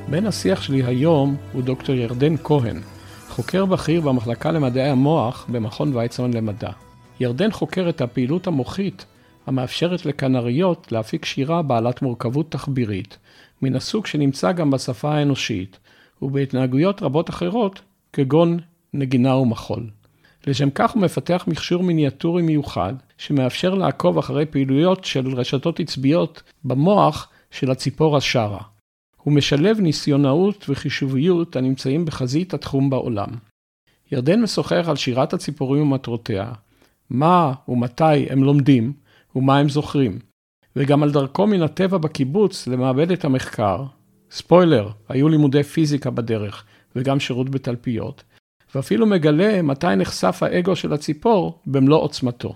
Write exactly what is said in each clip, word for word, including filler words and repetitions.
בן השיח שלי היום הוא דוקטור ירדן כהן, חוקר בכיר במחלקה למדעי המוח במכון ויצמן למדע. ירדן חוקר את הפעילות המוחית המאפשרת לכנריות להפיק שירה בעלת מורכבות תחבירית, מן הסוג שנמצא גם בשפה האנושית, ובהתנהגויות רבות אחרות כגון נגינה ומחול. לשם כך הוא מפתח מכשור מיניאטורי מיוחד, שמאפשר לעקוב אחרי פעילויות של רשתות עצביות במוח של הציפור השרה. הוא משלב ניסיונאות וחישוביות הנמצאים בחזית התחום בעולם. ירדן משוחח על שירת הציפורים ומטרותיה, מה ומתי הם לומדים ומה הם זוכרים, וגם על דרכו מן הטבע בקיבוץ למעבדת המחקר. ספוילר, היו לימודי פיזיקה בדרך וגם שירות בתלפיות, ואפילו מגלה מתי נחשף האגו של הציפור במלוא עוצמתו.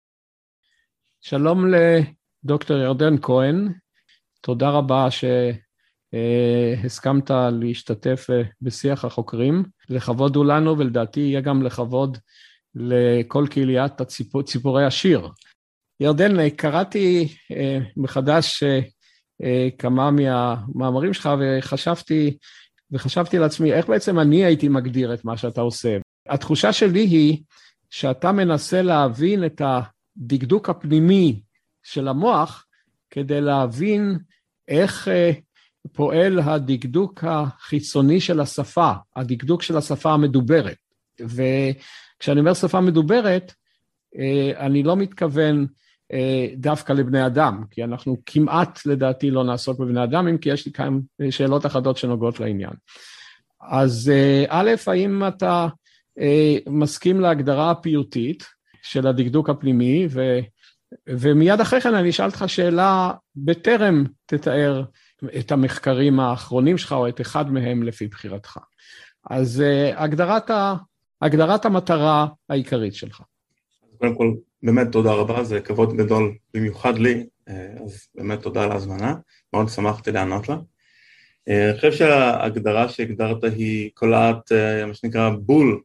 שלום לדוקטור ירדן כהן, תודה רבה שהסכמת להשתתף בשיח החוקרים. לכבוד הוא לנו, ולדעתי יהיה גם לכבוד לכל קהיליית הציפור, ציפורי השיר. ירדן, קראתי מחדש כמה מהמאמרים שלך וחשבתי, וחשבתי לעצמי איך בעצם אני הייתי מגדיר את מה שאתה עושה. התחושה שלי היא שאתה מנסה להבין את הדקדוק הפנימי של המוח, כדי להבין איך פועל הדקדוק החיצוני של השפה, הדקדוק של השפה המדוברת. וכשאני אומר שפה מדוברת, אני לא מתכוון דווקא לבני אדם, כי אנחנו כמעט לדעתי לא נעסוק בבני אדם, אם כי יש לי כמה שאלות אחדות שנוגעות לעניין. אז א', האם אתה מסכים להגדרה הפיוטית של הדקדוק הפנימי, ו, ומיד אחרי כן אני אשאל אותך שאלה בטרם תתאר את המחקרים האחרונים שלך, או את אחד מהם לפי בחירתך. אז הגדרת, הגדרת המטרה העיקרית שלך. קודם כל, באמת תודה רבה, זה כבוד גדול במיוחד לי, אז באמת תודה על ההזמנה, מאוד שמחתי לענות לה. אני חושב שההגדרה שהגדרת היא קולעת, מה שנקרא, בול,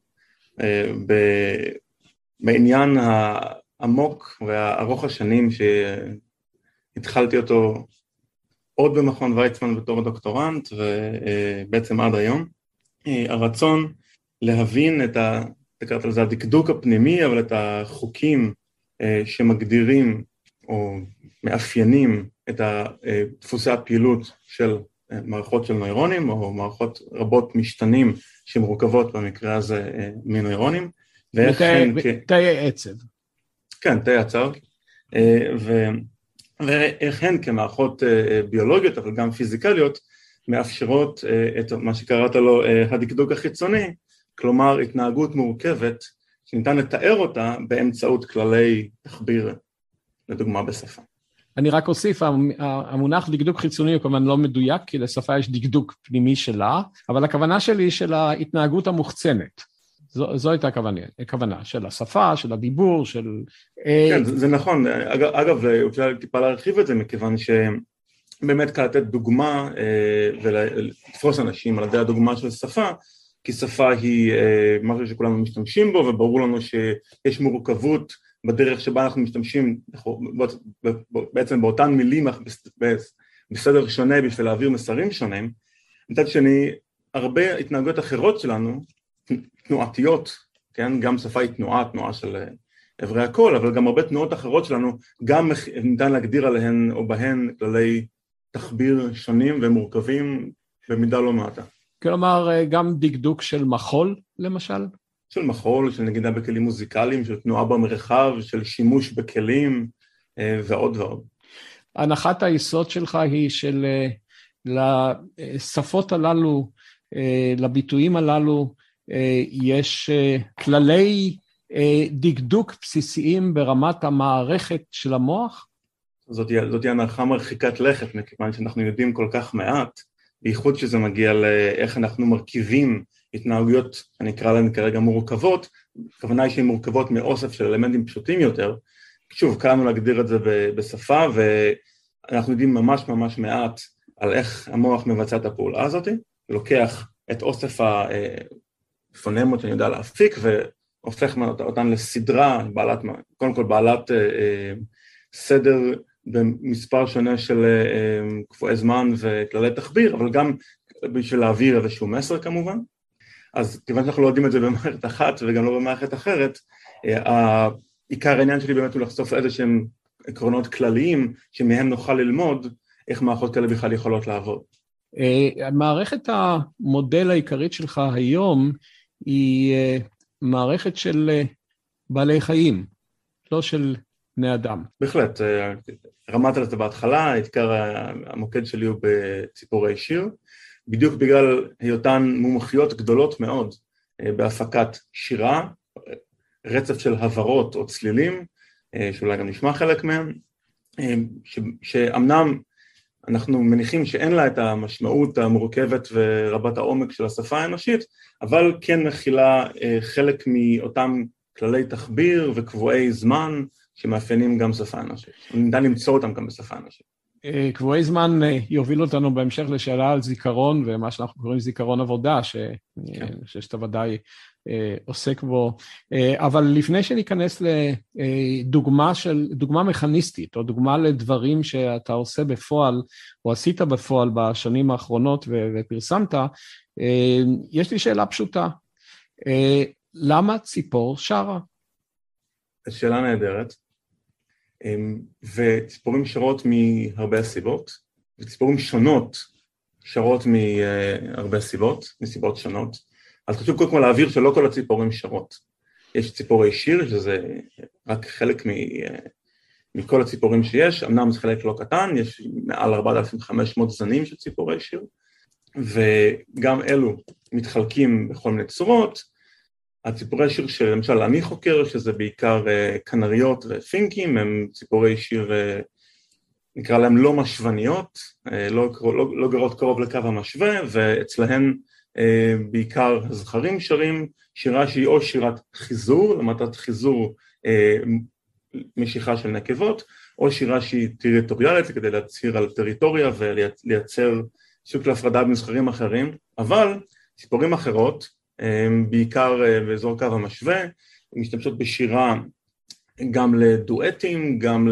בעניין העמוק והארוך השנים שהתחלתי אותו עוד במכון ויצמן בתור דוקטורנט, ובעצם עד היום, הרצון להבין את ה... תקראת על זה הדקדוק הפנימי, אבל את החוקים שמגדירים או מאפיינים את דפוסי הפעילות של מערכות של נוירונים, או מערכות רבות משתנים שמורכבות במקרה הזה מנוירונים. תאי עצב. כן, תאי עצב. ואיך הן כמערכות ביולוגיות, אבל גם פיזיקליות, מאפשרות את מה שקראת לו הדקדוק החיצוני, כלומר התנהגות מורכבת שניתן לתאר אותה באמצעות כללי תחביר, לדוגמה בשפה. אני רק אוסיף, המונח דקדוק חיצוני הוא כמובן לא מדויק, כי לשפה יש דקדוק פנימי שלה, אבל הכוונה שלי היא של ההתנהגות המוחצנת. זו, זו הייתה הכוונה, הכוונה של השפה, של הדיבור, של... כן, זה, זה נכון. אגב, אגב, אפשר טיפה להרחיב את זה, מכיוון שבאמת קל לתת דוגמה ולתפוס אנשים על ידי הדוגמה של שפה, כי שפה היא משהו שכולנו משתמשים בו, וברור לנו שיש מורכבות בדרך שבה אנחנו משתמשים, בעצם באותן מילים, בסדר שונה בשביל להעביר מסרים שונים. מצד שני, הרבה התנהגויות אחרות שלנו, תנועתיות, כן? גם שפה היא תנועה, תנועה של עברי הקול, אבל גם הרבה תנועות אחרות שלנו, גם ניתן להגדיר עליהן או בהן כללי תחביר שונים ומורכבים במידה לא מעטה. כלומר, גם דקדוק של מחול, למשל? של מחול, של נגינה בכלים מוזיקליים, של תנועה במרחב, של שימוש בכלים, ועוד ועוד. הנחת היסוד שלך היא של לשפות הללו, לביטויים הללו, יש כללי דקדוק בסיסיים ברמת המערכת של המוח? זאת, זאת הנחה מרחיקת לכת, מכיוון שאנחנו יודעים כל כך מעט, בייחוד שזה מגיע לאיך אנחנו מרכיבים התנהגויות, אני אקרא להן כרגע מורכבות, הכוונה היא שהן מורכבות מאוסף של אלמנטים פשוטים יותר. שוב, קל לנו להגדיר את זה בשפה, ואנחנו יודעים ממש ממש מעט על איך המוח מבצע את הפעולה הזאת, לוקח את אוסף הפונמות שאני יודע להפיק, והופך אותן לסדרה, בעלת, קודם כל בעלת סדר במספר שונה של קבועי זמן וכללי תחביר, אבל גם בשביל להעביר איזשהו מסר כמובן, אז כיוון שאנחנו לא יודעים את זה במערכת אחת וגם לא במערכת אחרת, עיקר העניין שלי באמת הוא לחשוף איזה שהם עקרונות כלליים, שמהם נוכל ללמוד איך מערכות כאלה בכלל יכולות לעבוד. מערכת המודל העיקרית שלך היום היא מערכת של בעלי חיים, לא של בני אדם. בהחלט, רמת על זה בהתחלה, עיקר המוקד שלי הוא בציפורי שיר, בדיוק בגלל היותן מומחיות גדולות מאוד בהפקת שירה, רצף של הברות או צלילים, שאולי גם נשמע חלק מהם, שאמנם אנחנו מניחים שאין לה את המשמעות המורכבת ורבת העומק של השפה האנושית, אבל כן מכילה חלק מאותם כללי תחביר וקבועי זמן שמאפיינים גם שפה אנושית. ניתן למצוא אותם גם בשפה אנושית. קבועי זמן יובילו אותנו בהמשך לשאלה על זיכרון, ומה שאנחנו קוראים זיכרון עבודה, שאתה ודאי עוסק בו. אבל לפני שניכנס לדוגמה של, דוגמה מכניסטית, או דוגמה לדברים שאתה עושה בפועל, או עשית בפועל בשנים האחרונות ופרסמת, יש לי שאלה פשוטה. למה ציפור שרה? שאלה נהדרת. וציפורים שרות מהרבה סיבות, וציפורים שונות שרות מהרבה סיבות, מסיבות שונות. אז חשוב קודם כל להעביר שלא כל הציפורים שרות. יש ציפורי שיר, שזה רק חלק מכל הציפורים שיש, אמנם זה חלק לא קטן, יש מעל ארבעת אלפים וחמש מאות זנים של ציפורי שיר, וגם אלו מתחלקים בכל מיני צורות. הציפורי שיר שלמשל אני חוקר, שזה בעיקר כנריות ופינקים, הם ציפורי שיר, נקרא להם לא משווניות, לא, לא, לא גרות קרוב לקו המשווה, ואצלהן בעיקר זכרים שרים, שירה שהיא או שירת חיזור, למטרת חיזור משיכה של נקבות, או שירה שהיא טריטוריאלית, כדי להצהיר על טריטוריה ולייצר סוג של הפרדה בין זכרים אחרים, אבל ציפורים אחרות, בעיקר באזור קו המשווה, משתמשות בשירה גם לדואטים, גם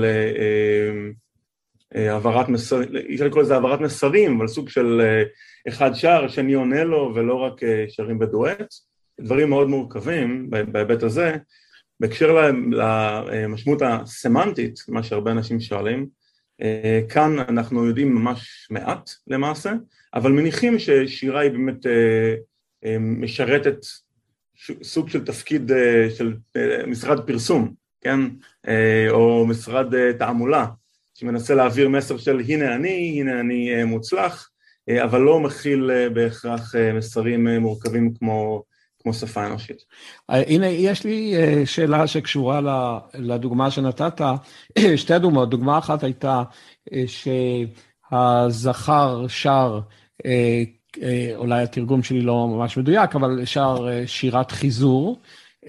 להעברת מסרים, אפשר לקרוא לזה העברת מסרים, אבל סוג של אחד שר, השני עונה לו, ולא רק שרים בדואט, דברים מאוד מורכבים בהיבט הזה, בהקשר למשמעות הסמנטית, מה שהרבה אנשים שואלים, כאן אנחנו יודעים ממש מעט למעשה, אבל מניחים ששירה היא באמת משרתת סוג של תפקיד של משרד פרסום, כן? או משרד תעמולה, שמנסה להעביר מסר של הנה אני, הנה אני מוצלח, אבל לא מכיל בהכרח מסרים מורכבים כמו, כמו שפה אנושית. הנה, יש לי שאלה שקשורה לדוגמה שנתת, שתי דוגמאות. דוגמה אחת הייתה שהזכר שר, אולי התרגום שלי לא ממש מדויק, אבל שר שירת חיזור,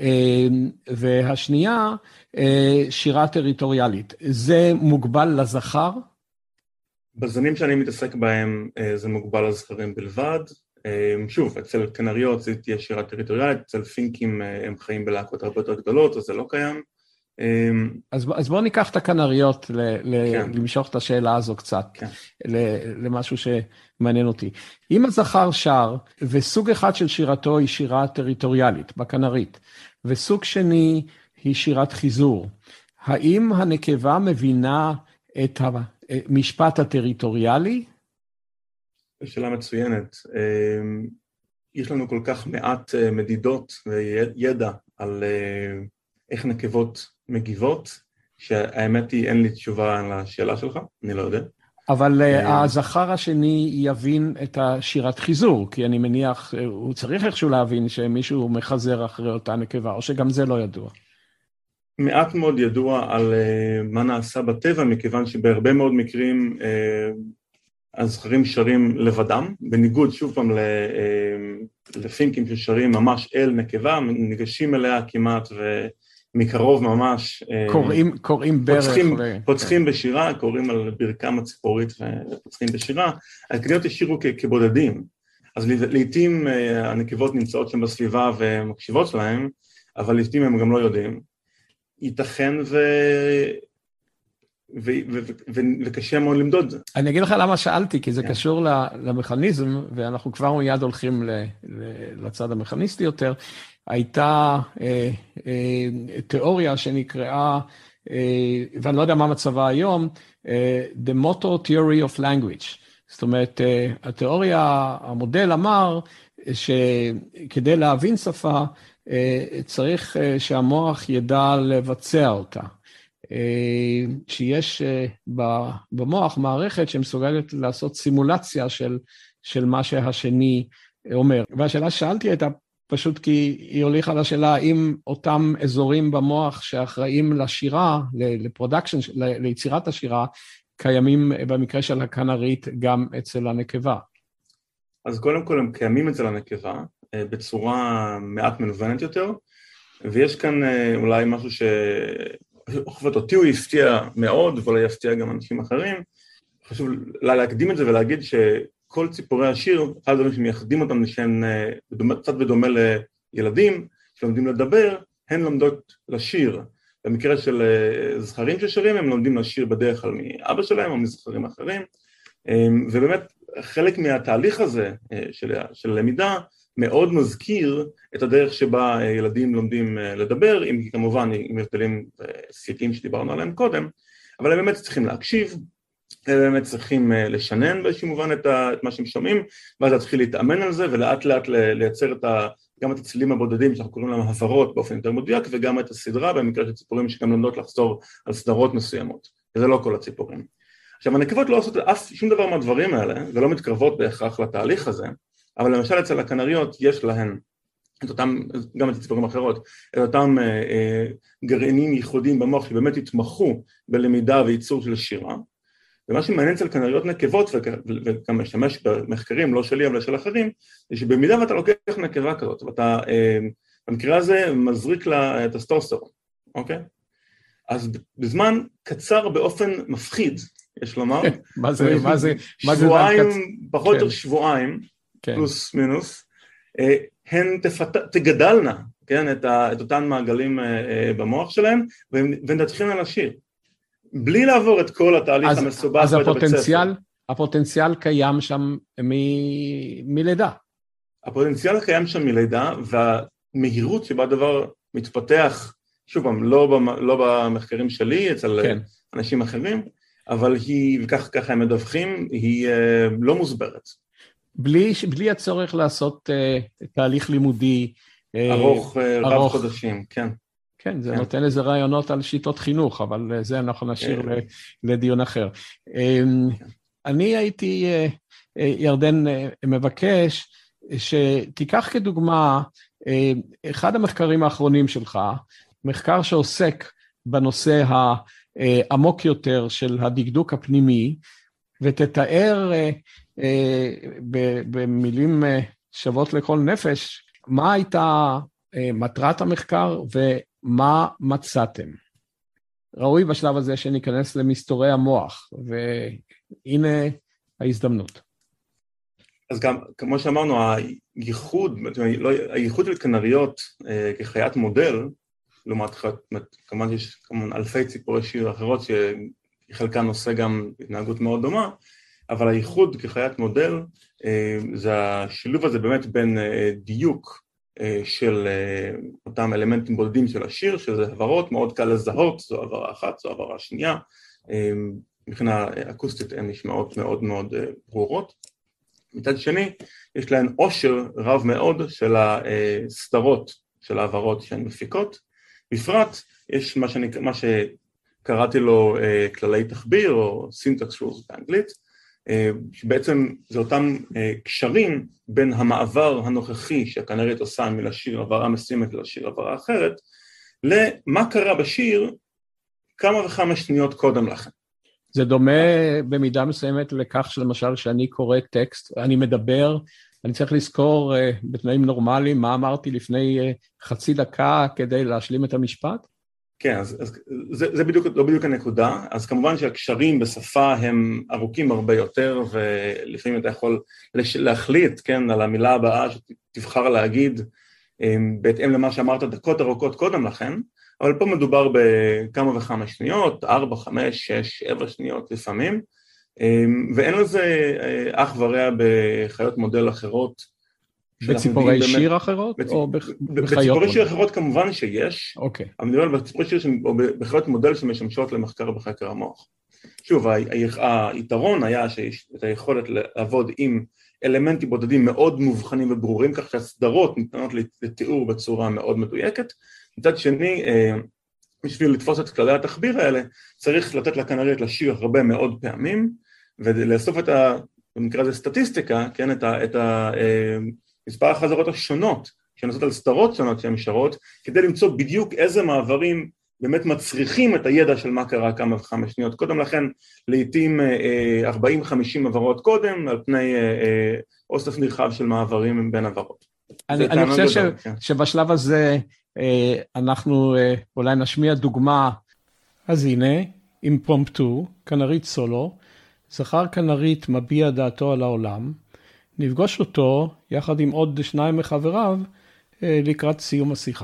והשנייה שירה טריטוריאלית. זה מוגבל לזכר? בזנים שאני מתעסק בהם זה מוגבל לזכרים בלבד. שוב, אצל כנריות זה תהיה שירה טריטוריאלית, אצל פינקים הם חיים בלהקות הרבה יותר גדולות, אז זה לא קיים. אז, אז בואו ניקח את הכנריות, ל, ל, כן. למשוך את השאלה הזו קצת, כן. למשהו שמעניין אותי. אם הזכר שר, וסוג אחד של שירתו היא שירה טריטוריאלית, בכנרית, וסוג שני היא שירת חיזור, האם הנקבה מבינה את המשפט הטריטוריאלי? שאלה מצוינת. יש לנו כל כך מעט מדידות וידע על איך נקבות מגיבות, שהאמת היא אין לי תשובה לשאלה שלך, אני לא יודע. אבל הזכר השני יבין את השירת חיזור, כי אני מניח, הוא צריך איכשהו להבין שמישהו מחזר אחרי אותה נקבה, או שגם זה לא ידוע. מעט מאוד ידוע על מה נעשה בטבע, מכיוון שבהרבה מאוד מקרים הזכרים שרים לבדם, בניגוד שוב פעם לפינקים ששרים ממש אל נקבה, ניגשים אליה כמעט ומקרוב ממש. קוראים, קוראים ברך. פוצחים, ו... פוצחים בשירה, קוראים על ברכם הציפורית ופוצחים בשירה. הנקבות ישירו כ- כבודדים, אז לעתים הנקבות נמצאות שם בסביבה ומקשיבות שלהם, אבל לעתים הם גם לא יודעים. ייתכן ו... וקשה מאוד למדוד זה. אני אגיד לך למה שאלתי, כי זה קשור למכניזם, ואנחנו כבר מיד הולכים לצד המכניסטי יותר. הייתה תיאוריה שנקראה, ואני לא יודע מה מצבה היום, The Motto Theory of Language. זאת אומרת, התיאוריה, המודל אמר שכדי להבין שפה, צריך שהמוח ידע לבצע אותה. שיש במוח מערכת שמסוגלת לעשות סימולציה של, של מה שהשני אומר. והשאלה ששאלתי הייתה פשוט כי היא הוליכה לשאלה, האם אותם אזורים במוח שאחראים לשירה, לפרודקשן, ליצירת השירה, קיימים במקרה של הכנרית גם אצל הנקבה. אז קודם כל הם קיימים אצל הנקבה, בצורה מעט מנוונת יותר, ויש כאן אולי משהו שאותי הוא הפתיע מאוד, ואולי יפתיע גם אנשים אחרים. חשוב להקדים את זה ולהגיד שכל ציפורי השיר, אחד הדברים שמייחדים אותם שהן קצת בדומה לילדים שלומדים לדבר, הן לומדות לשיר. במקרה של זכרים ששרים, הם לומדים לשיר בדרך כלל מאבא שלהם או מזכרים אחרים, ובאמת חלק מהתהליך הזה של, של למידה מאוד מזכיר את הדרך שבה ילדים לומדים לדבר, אם כמובן עם הבדלים סייגים שדיברנו עליהם קודם, אבל הם באמת צריכים להקשיב, הם באמת צריכים לשנן באיזשהו מובן את, ה, את מה שהם שומעים, ואז להתחיל להתאמן על זה ולאט לאט לייצר את ה... גם את הצלילים הבודדים שאנחנו קוראים להם הברות באופן יותר מדויק, וגם את הסדרה במקרה של ציפורים שגם לומדות לחזור על סדרות מסוימות, וזה לא כל הציפורים. עכשיו, הנקבות לא עושות אף שום דבר מהדברים האלה, ולא מתקרבות בהכרח לתהליך הזה, אבל למשל אצל הכנריות יש להן, את אותם, גם את הציפורים האחרות, את אותם אה, אה, גרעינים ייחודיים במוח שבאמת התמחו בלמידה וייצור של שירה, ומה שמעניין אצל כנריות נקבות, וגם משתמש במחקרים, לא שלי אבל של אחרים, זה שבמידה ואתה לוקח נקבה כזאת, ואתה במקרה הזה מזריק לה את הסטורסטרון, אוקיי? אז בזמן קצר באופן מפחיד, יש לומר, מה זה, מה זה, שבועיים, פחות או יותר שבועיים, פלוס מינוס, הן תגדלנה, כן, את אותן מעגלים במוח שלהם, והן תתחילנה לשיר. בלי לעבור את כל התהליך אז, המסובך. אז הפוטנציאל, הפוטנציאל קיים שם מ, מלידה. הפוטנציאל קיים שם מלידה, והמהירות שבה דבר מתפתח, שוב פעם, לא, לא במחקרים שלי, אצל כן. אנשים אחרים, אבל היא, וכך ככה הם מדווחים, היא uh, לא מוסברת. בלי, בלי הצורך לעשות uh, תהליך לימודי. ארוך, uh, ארוך. רב חודשים, כן. כן, זה כן. נותן איזה רעיונות על שיטות חינוך, אבל זה אנחנו נשאיר כן. לדיון אחר. כן. אני הייתי, ירדן, מבקש שתיקח כדוגמה, אחד המחקרים האחרונים שלך, מחקר שעוסק בנושא העמוק יותר של הדקדוק הפנימי, ותתאר במילים שוות לכל נפש, מה הייתה מטרת המחקר ומה מצאתם. ראוי בשלב הזה שניכנס למסתורי המוח, והנה ההזדמנות. אז גם, כמו שאמרנו, הייחוד, הייחוד של כנריות כחיית מודל, לעומת, כמובן יש כמובן אלפי ציפורי שיר אחרות, שחלקן עושה גם התנהגות מאוד דומה, אבל הייחוד כחיית מודל, זה השילוב הזה באמת בין דיוק, של אותם אלמנטים בודדים של השיר, שזה הברות, מאוד קל לזהות, זו הברה אחת, זו הברה שנייה, מבחינה אקוסטית הן נשמעות מאוד מאוד ברורות. מצד שני, יש להן עושר רב מאוד של הסתרות של העברות שהן מפיקות, בפרט יש מה, שאני, מה שקראתי לו כללי תחביר, או syntax rules באנגלית, שבעצם זה אותם קשרים בין המעבר הנוכחי שהכנרית עושה מלשיר עברה מסוימת לשיר עברה אחרת, למה קרה בשיר כמה וכמה שניות קודם לכן. זה דומה במידה מסוימת לכך שלמשל שאני קורא טקסט, אני מדבר, אני צריך לזכור בתנאים נורמליים מה אמרתי לפני חצי דקה כדי להשלים את המשפט? כן, אז, אז זה, זה בדיוק, לא בדיוק הנקודה, אז כמובן שהקשרים בשפה הם ארוכים הרבה יותר, ולפעמים אתה יכול להחליט, כן, על המילה הבאה שתבחר להגיד, בהתאם למה שאמרת דקות ארוכות קודם לכן, אבל פה מדובר בכמה וכמה שניות, ארבע, חמש, שש, שבע שניות לפעמים, ואין לזה אח ורע בחיות מודל אחרות. בציפורי שיר אחרות? בציפורי שיר אחרות כמובן שיש, אבל אני מדבר בציפורי שיר או בחיות מודל שמשמשות למחקר בחקר המוח. שוב, היתרון היה שיש את היכולת לעבוד עם אלמנטים בודדים מאוד מובחנים וברורים, כך שהסדרות ניתנות לתיאור בצורה מאוד מדויקת. מצד שני, בשביל לתפוס את כללי התחביר האלה, צריך לתת לקנרית לשיר הרבה מאוד פעמים, ולאסוף את ה... במקרה הזה סטטיסטיקה, כן, את ה... את ה מספר החזרות השונות, שנעשות על סדרות שונות שהן שרות, כדי למצוא בדיוק איזה מעברים באמת מצריכים את הידע של מה קרה כמה וכמה שניות. קודם לכן, לעתים ארבעים חמישים עברות קודם, על פני אוסף נרחב של מעברים בין עברות. אני, אני חושב ש, כן. שבשלב הזה אנחנו אולי נשמיע דוגמה. אז הנה, אימפרומפטו, כנרית סולו, זכר כנרית מביע דעתו על העולם, נפגוש אותו יחד עם עוד שניים מחבריו לקראת סיום השיחה.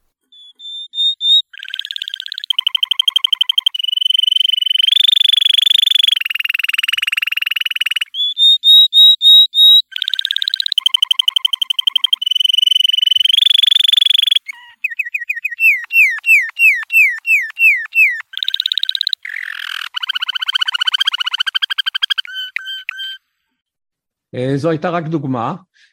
זו הייתה רק דוגמה,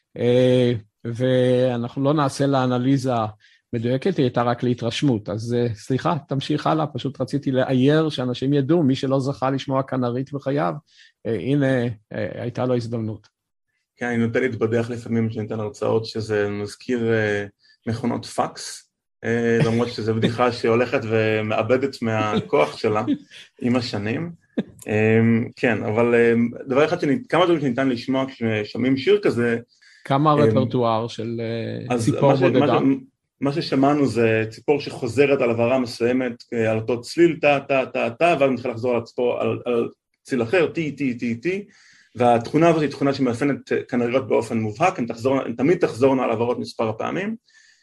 ואנחנו לא נעשה לה אנליזה מדויקת, היא הייתה רק להתרשמות. אז סליחה, תמשיך הלאה, פשוט רציתי לאייר שאנשים ידעו, מי שלא זכה לשמוע כנרית בחייו, הנה הייתה לו הזדמנות. כן, אני נוטה להתבדח לפעמים שניתן הרצאות שזה מזכיר מכונות פקס, למרות שזו בדיחה שהולכת ומאבדת מהכוח שלה עם השנים. כן, אבל דבר אחד, כמה דברים שניתן לשמוע כששומעים שיר כזה... כמה רפרטואר של ציפור בודדה? מה ששמענו זה ציפור שחוזרת על עברה מסוימת, על אותו צליל, טה, טה, טה, טה, ואז מתחיל לחזור על הציפור, על ציל אחר, טי, טי, טי, טי, והתכונה הזאת היא תכונה שמאפיינת כנריות באופן מובהק, הן תמיד תחזורנו על עברות מספר הפעמים,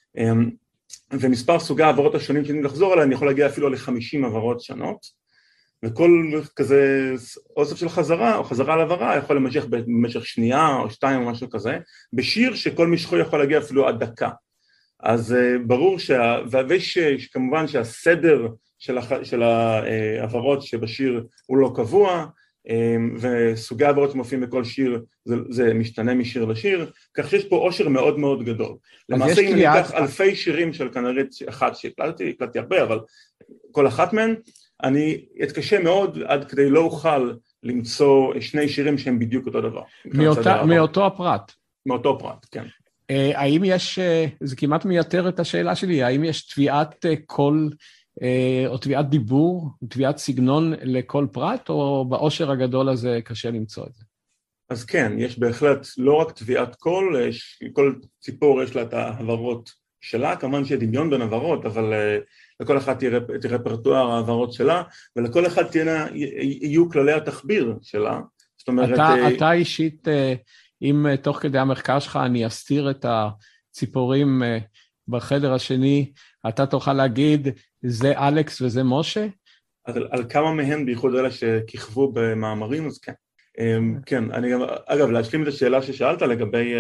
ומספר סוגי העברות השונים שאני לחזור עליהן יכול להגיע אפילו ל-חמישים עברות שונות, וכל כזה אוסף של חזרה או חזרה על עברה יכול למשך במשך שנייה או שתיים או משהו כזה, בשיר שכל משכו יכול להגיע אפילו עד דקה. אז ברור שה... ויש כמובן שהסדר של, הח... של העברות שבשיר הוא לא קבוע, וסוגי העברות שמופיעים בכל שיר זה, זה משתנה משיר לשיר, כך שיש פה עושר מאוד מאוד גדול. למעשה אם אני אקח אלפי שירים של כנרית אחת שהקלטתי, הקלטתי הרבה, אבל כל אחת מהן, אני אתקשה מאוד עד כדי לא אוכל למצוא שני שירים שהם בדיוק אותו דבר. מאותה, מאותו הפרט. מאותו פרט, כן. האם יש, זה כמעט מייתר את השאלה שלי, האם יש תביעת קול או תביעת דיבור, תביעת סגנון לכל פרט, או בעושר הגדול הזה קשה למצוא את זה? אז כן, יש בהחלט לא רק תביעת קול, יש, כל ציפור יש לה את העברות שלה, כמובן שיהיה דמיון בין עברות, אבל לכל אחד תהיה רפרטואר העברות שלה, ולכל אחד תהיינה, יהיו כללי התחביר שלה. זאת אומרת... אתה, אתה אישית, אם תוך כדי המחקר שלך אני אסתיר את הציפורים בחדר השני, אתה תוכל להגיד, זה אלכס וזה משה? אז על, על כמה מהן, בייחוד אלה שכיכבו במאמרים, אז כן. כן, אני גם, אגב, להשלים את השאלה ששאלת לגבי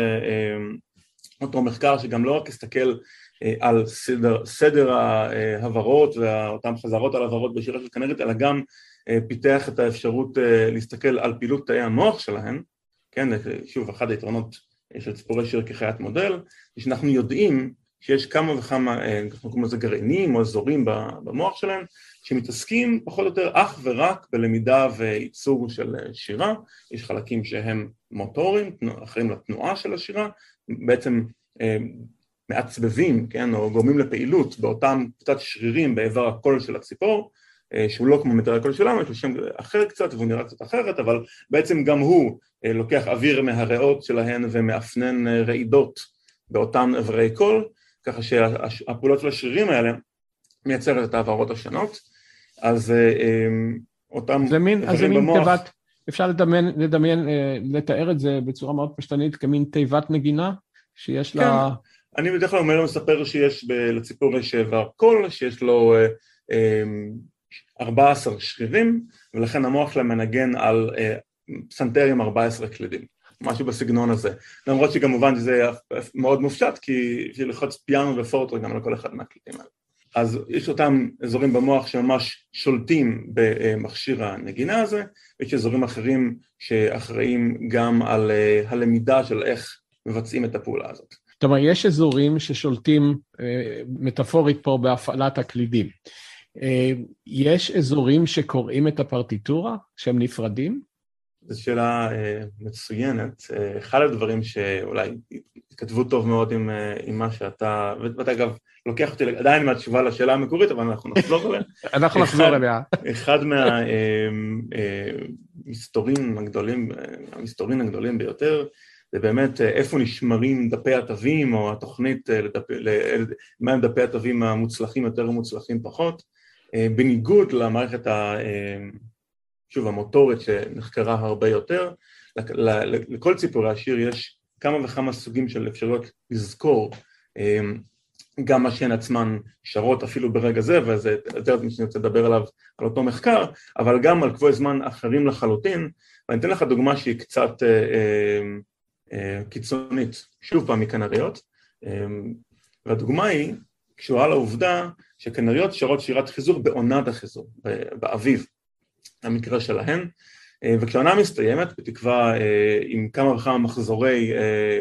אותו מחקר, שגם לא רק הסתכל על סדר, סדר העברות ואותן חזרות על העברות בשירה של כנרית, אלא גם פיתח את האפשרות להסתכל על פעילות תאי המוח שלהן, כן, שוב, אחד היתרונות של ציפורי שיר כחיית מודל, זה שאנחנו יודעים שיש כמה וכמה, אנחנו קוראים לזה גרעינים או אזורים במוח שלהם, שמתעסקים פחות או יותר אך ורק בלמידה וייצור של שירה, יש חלקים שהם מוטוריים, אחרים לתנועה של השירה, בעצם מעצבבים, כן, או גורמים לפעילות באותם קצת שרירים בעבר הקול של הציפור, שהוא לא כמו מטר הקול שלנו, יש לו שם אחר קצת והוא נראה קצת אחרת, אבל בעצם גם הוא לוקח אוויר מהריאות שלהן ומאפנן רעידות באותם אברי קול, ככה שהפעולות של השרירים האלה מייצרת את העברות השונות, אז אותם אברים במוח... תיבת, אפשר לדמיין, לדמיין, לתאר את זה בצורה מאוד פשטנית, כמין תיבת נגינה, שיש לה... אני בדרך כלל אומר מספר שיש לציפור יש איבר קול, שיש לו ארבעה עשר שרירים, ולכן המוח שלה מנגן על פסנתר עם ארבעה עשר קלידים, משהו בסגנון הזה. למרות שכמובן שזה מאוד מופשט, כי בשביל ללחוץ פיאנו ופורטו גם לכל אחד מהקלידים האלה. אז יש אותם אזורים במוח שממש שולטים במכשיר הנגינה הזה, ויש אזורים אחרים שאחראים גם על הלמידה של איך מבצעים את הפעולה הזאת. זאת אומרת, יש אזורים ששולטים מטאפורית פה בהפעלת הקלידים. יש אזורים שקוראים את הפרטיטורה, שהם נפרדים? זו שאלה מצוינת. אחד הדברים שאולי כתבו טוב מאוד עם, עם מה שאתה, ואתה אגב לוקח אותי עדיין מהתשובה לשאלה המקורית, אבל אנחנו נחזור אליה. אנחנו נחזור אליה. אחד מהמסתורים הגדולים, המסתורים הגדולים ביותר, זה באמת איפה נשמרים דפי התווים, או התוכנית, מה הם דפי התווים המוצלחים יותר ומוצלחים פחות, בניגוד למערכת ה... שוב, המוטורית שנחקרה הרבה יותר, לכל ציפורי השיר יש כמה וכמה סוגים של אפשרויות לזכור גם מה שהן עצמן שרות אפילו ברגע זה, וזה יותר מי שאני רוצה לדבר עליו על אותו מחקר, אבל גם על קבועי זמן אחרים לחלוטין, ואני אתן לך דוגמה שהיא קצת קיצונית, שוב פעם מקנריות, והדוגמה היא קשורה לעובדה שקנריות שרות שירת חיזור בעונת החיזור, באביב, המקרה שלהן, וכשהעונה מסתיימת, בתקווה עם כמה וכמה מחזורי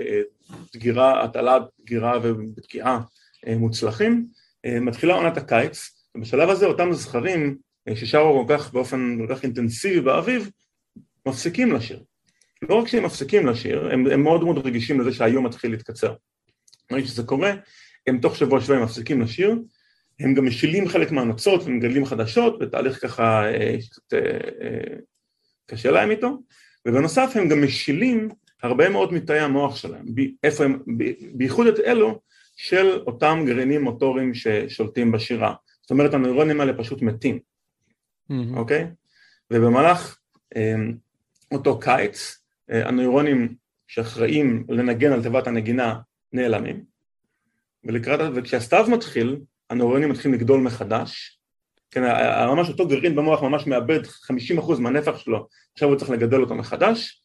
דגירה, הטלת דגירה ובתקיעה מוצלחים, מתחילה עונת הקיץ, ובשלב הזה אותם זכרים ששרו כל כך באופן כל כך אינטנסיבי באביב, מפסיקים לשיר. לא רק שהם מפסיקים לשיר, הם, הם מאוד מאוד רגישים לזה שהיום מתחיל להתקצר. ראיתי שזה קורה, הם תוך שבוע שבוע הם מפסיקים לשיר, הם גם משילים חלק מהנוצות ומגדלים חדשות, בתהליך ככה אה, קצת, אה, אה, קשה להם איתו, ובנוסף הם גם משילים הרבה מאוד מתאי המוח שלהם, ב, איפה הם, ב, בייחוד את אלו של אותם גרעינים מוטוריים ששולטים בשירה. זאת אומרת, הנוירונים האלה פשוט מתים, mm-hmm. אוקיי? ובמהלך אה, אותו קיץ, אה, הנוירונים שאחראים לנגן על תיבת הנגינה נעלמים, ולקראת, וכשהסתיו מתחיל, הנוירונים מתחילים לגדול מחדש, כן, ממש אותו גרעין במוח ממש מאבד חמישים אחוז מהנפח שלו, עכשיו הוא צריך לגדל אותו מחדש,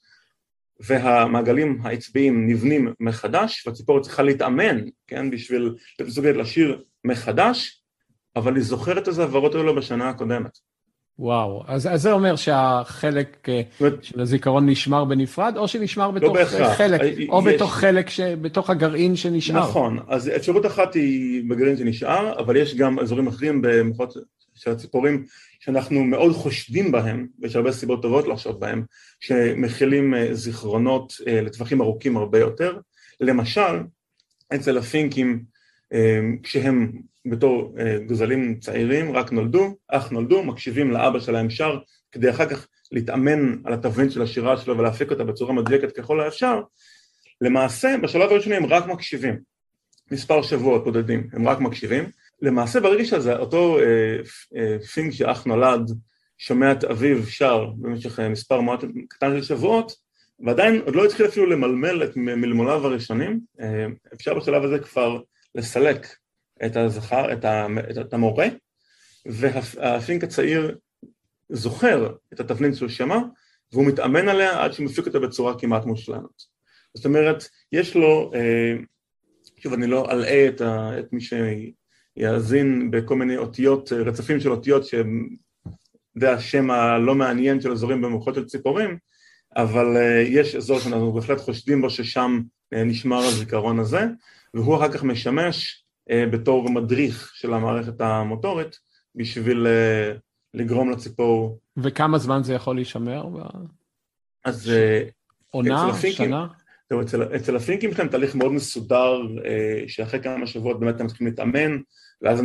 והמעגלים העצביים נבנים מחדש, והציפורת צריכה להתאמן, כן, בשביל לסוגלת לשיר מחדש, אבל היא זוכרת איזה עברות האלו בשנה הקודמת. וואו, אז, אז זה אומר שהחלק של הזיכרון נשמר בנפרד, או שנשמר בתוך לא חלק, או יש... בתוך חלק, ש... בתוך הגרעין שנשאר. נכון, אז אפשרות אחת היא בגרעין שנשאר, אבל יש גם אזורים אחרים במוחות של הציפורים, שאנחנו מאוד חושדים בהם, ויש הרבה סיבות טובות לחשוב בהם, שמכילים זיכרונות לטווחים ארוכים הרבה יותר. למשל, אצל הפינקים, כשהם בתור גוזלים צעירים, רק נולדו, אך נולדו, מקשיבים לאבא שלהם שר, כדי אחר כך להתאמן על התווין של השירה שלו ולהפיק אותה בצורה מדויקת ככל האפשר, למעשה בשלב הראשוני הם רק מקשיבים, מספר שבועות בודדים, הם רק מקשיבים, למעשה ברגע שזה אותו אה, אה, פינק שאך נולד, שומע את אביו שר במשך מספר מאוד קטן של שבועות, ועדיין עוד לא התחיל אפילו למלמל את מלמוליו הראשונים, אה, אפשר בשלב הזה כבר לסלק את הזכר, את, ה, את המורה, והפינק הצעיר זוכר את התבנית שהוא שמע, והוא מתאמן עליה עד שהוא מפיק אותה בצורה כמעט מושלמת. זאת אומרת, יש לו, שוב אני לא אלאה את, ה, את מי שיאזין בכל מיני אותיות, רצפים של אותיות שזה השם הלא מעניין של אזורים במוחות של ציפורים, אבל יש אזור שאנחנו בהחלט חושדים בו ששם נשמר הזיכרון הזה, והוא אחר כך משמש בתור מדריך של המערכת המוטורית, בשביל לגרום לציפור. וכמה זמן זה יכול להישמר? אז עונה, שנה? אצל, אצל הפינקים יש להם תהליך מאוד מסודר, שאחרי כמה שבועות באמת הם צריכים להתאמן, ואז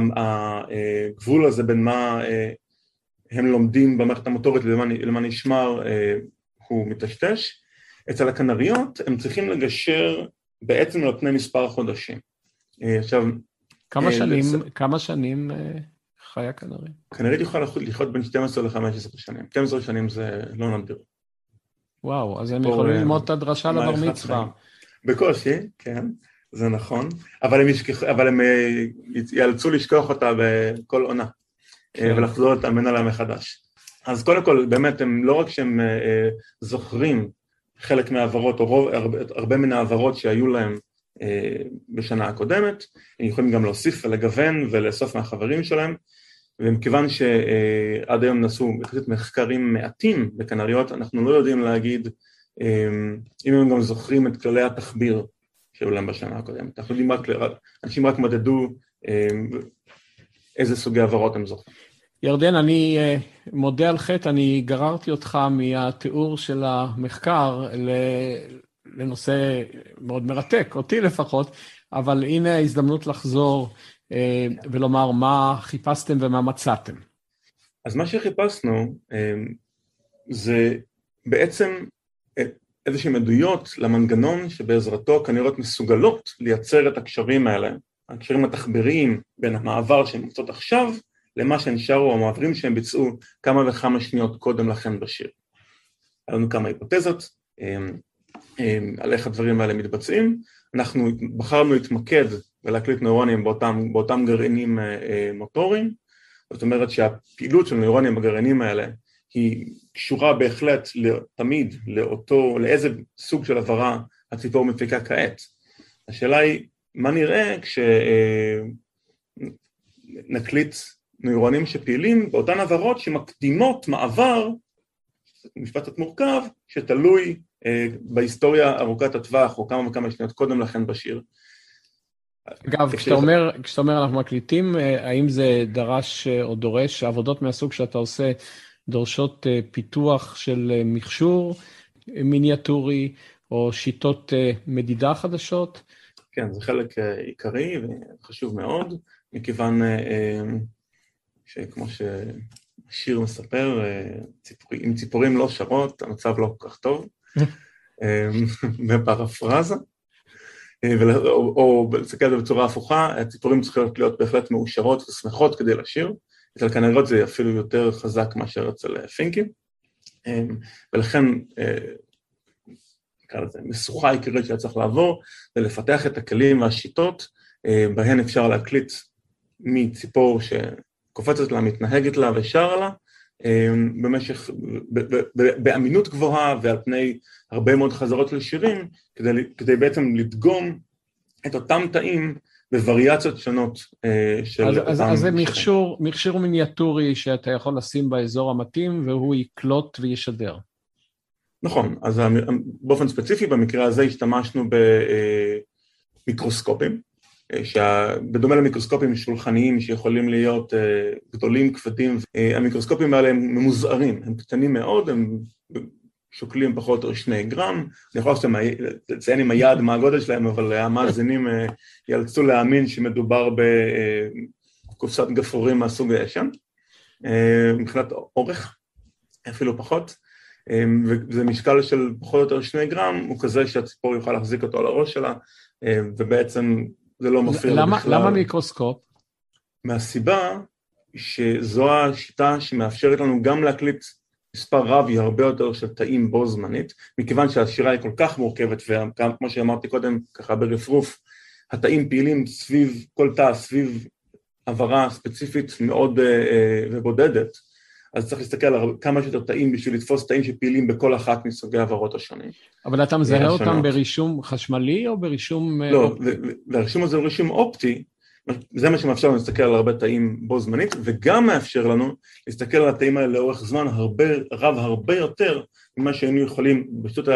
הגבול הזה בין מה הם לומדים במערכת המוטורית למה נשמר, הוא מטשטש. אצל הקנריות הם צריכים לגשר בעצם על פני מספר חודשים. עכשיו, כמה שנים, כמה שנים חיה קנרית? קנרית יכולה לחיות בין שתים עשרה ל-חמש עשרה שנים. שתים עשרה שנים זה לא נדיר. וואו, אז הם יכולים ללמוד את הדרשה לבר מצווה. בקושי, כן. זה נכון, אבל הם, ישכח, אבל הם יאלצו לשכוח אותה בכל עונה, כן. ולחזור אותה ממנה לה מחדש. אז קודם כל, באמת, הם לא רק שהם זוכרים חלק מהעברות, או רוב, הרבה, הרבה מן העברות שהיו להם בשנה הקודמת, הם יכולים גם להוסיף ולגוון ולאסוף מהחברים שלהם, ומכיוון שעד היום נעשו מחקרים מעטים בקנריות, אנחנו לא יודעים להגיד אם הם גם זוכרים את כללי התחביר שהיו להם בשנה הקודמת. אנחנו יודעים רק, אנשים רק מדדו איזה סוגי עברות הם זוכרים. ירדן, אני מודה על חטא, אני גררתי אותך מהתיאור של המחקר לנושא מאוד מרתק, אותי לפחות, אבל הנה ההזדמנות לחזור ולומר מה חיפשתם ומה מצאתם. אז מה שחיפשנו זה בעצם איזושהי עדויות למנגנון שבעזרתו כנראות מסוגלות לייצר את הקשרים האלה, הקשרים התחביריים בין המעבר שהם מוצאות עכשיו, למה שנשארו המעברים שהם ביצעו כמה וכמה שניות קודם לכן בשיר. היה לנו כמה היפותזות על איך הדברים האלה מתבצעים, אנחנו בחרנו להתמקד ולהקליט נוירונים באותם, באותם גרעינים מוטוריים, זאת אומרת שהפעילות של נוירונים בגרעינים האלה היא קשורה בהחלט תמיד לאותו, לאיזה סוג של עברה הציפור מפיקה כעת. השאלה היא, מה נראה כשנקליט נוירונים שפעילים באותן עברות שמקדימות מעבר, משפט קצת מורכב, שתלוי בהיסטוריה ארוכת הטווח או כמה וכמה שניות קודם לכן בשיר. אגב, כשאתה אומר, כשאתה אומר אנחנו מקליטים, האם זה דרש או דורש, עבודות מהסוג שאתה עושה דורשות פיתוח של מכשור מיניאטורי או שיטות מדידה חדשות? כן, זה חלק עיקרי וחשוב מאוד, מכיוון שכמו ששיר מספר, אם ציפורים לא שרות, המצב לא כל כך טוב, בפרפרזה, או לסתכל על זה בצורה הפוכה, הציפורים צריכות להיות בהחלט מאושרות ושמחות כדי לשיר, אצל כנריות זה אפילו יותר חזק מאשר אצל פינקים, ולכן, נקרא לזה, משוכה עיקרית שהיה צריך לעבור, זה לפתח את הכלים והשיטות, בהן אפשר להקליט מציפור שקופצת לה, מתנהגת לה ושרה לה, במשך, באמינות גבוהה ועל פני הרבה מאוד חזרות של שירים, כדי, כדי בעצם לדגום את אותם תאים בווריאציות שונות של אז, אותם... אז, אז זה מכשור, מכשור מיניאטורי שאתה יכול לשים באזור המתאים, והוא יקלוט וישדר. נכון, אז באופן ספציפי במקרה הזה השתמשנו במיקרוסקופים, שבדומה למיקרוסקופים שולחניים שיכולים להיות גדולים, כבדים, המיקרוסקופים האלה הם ממוזערים, הם קטנים מאוד, הם שוקלים פחות או שני גרם, אני יכול לציין עם היד מה הגודל שלהם, אבל המאזינים יאלצו להאמין שמדובר בקופסת גפרורים מהסוג הישן, מבחינת אורך, אפילו פחות, וזה משקל של פחות או יותר שני גרם, הוא כזה שהציפור יוכל להחזיק אותו על הראש שלה, ובעצם זה לא מפריע למה, בכלל. למה מיקרוסקופ? מהסיבה שזו השיטה שמאפשרת לנו גם להקליט מספר רב היא הרבה יותר של תאים בו זמנית, מכיוון שהשירה היא כל כך מורכבת, וגם כמו שאמרתי קודם, ככה ברפרוף, התאים פעילים סביב, כל תא סביב עברה ספציפית מאוד אה, ובודדת, אז צריך להסתכל על כמה שיותר תאים בשביל לתפוס תאים שפעילים בכל אחת מסוגי העברות השונים. אבל אתה מזהה אותם ברישום חשמלי או ברישום... לא, והרישום הזה הוא רישום אופטי, זה מה שמאפשר לנו להסתכל על הרבה תאים בו זמנית, וגם מאפשר לנו להסתכל על התאים האלה לאורך זמן הרבה, רב הרבה יותר ממה שהיינו יכולים בשיטות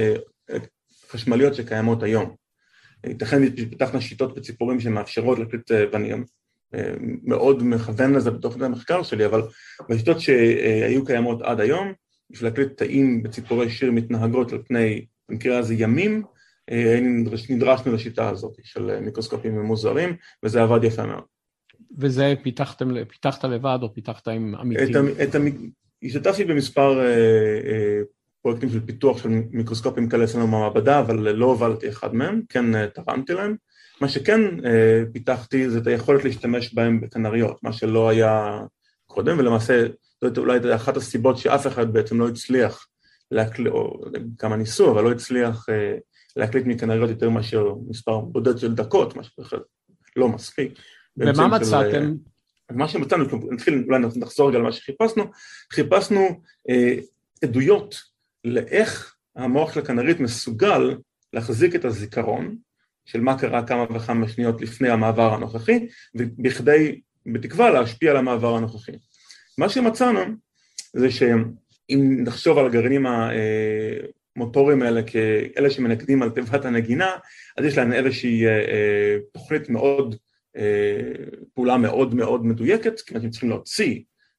החשמליות שקיימות היום. ייתכן שפתחנה שיטות בציפורים שמאפשרות להקליט, ואני גם מאוד מכוון לזה בתוך המחקר שלי, אבל בשיטות שהיו קיימות עד היום, בשביל להקליט תאים בציפורי שיר מתנהגות על פני, במקרה הזה ימים, נדרשנו לשיטה הזאת של מיקרוסקופים ממוזרים, וזה עבד יפה מאוד. וזה פיתחתם, פיתחת לבד או פיתחת עם עמיתים? השתתפתי במספר פרויקטים של פיתוח של מיקרוסקופים כאלה אצלנו במעבדה, אבל לא הובלתי אחד מהם, כן תרמתי להם. מה שכן פיתחתי זה את היכולת להשתמש בהם בקנריות, מה שלא היה קודם, ולמעשה זאת אולי אחת הסיבות שאף אחד בעצם לא הצליח, או כמה ניסו, אבל לא הצליח להקליט מכנריות יותר מאשר מספר בודד של דקות, מה שבכלל לא מספיק. ומה מצאתם? מה שמצאנו, נתחיל, אולי נחזור רגע על מה שחיפשנו, חיפשנו אה, עדויות לאיך המוח של הכנרית מסוגל להחזיק את הזיכרון, של מה קרה כמה וכמה שניות לפני המעבר הנוכחי, ובכדי, בתקווה, להשפיע על המעבר הנוכחי. מה שמצאנו, זה שאם נחשוב על הגרעינים המוטוריים האלה, כאלה שמנקדים על תיבת הנגינה, אז יש להם איזושהי תוכנית מאוד, פעולה מאוד מאוד מדויקת, כי אנחנו צריכים להוציא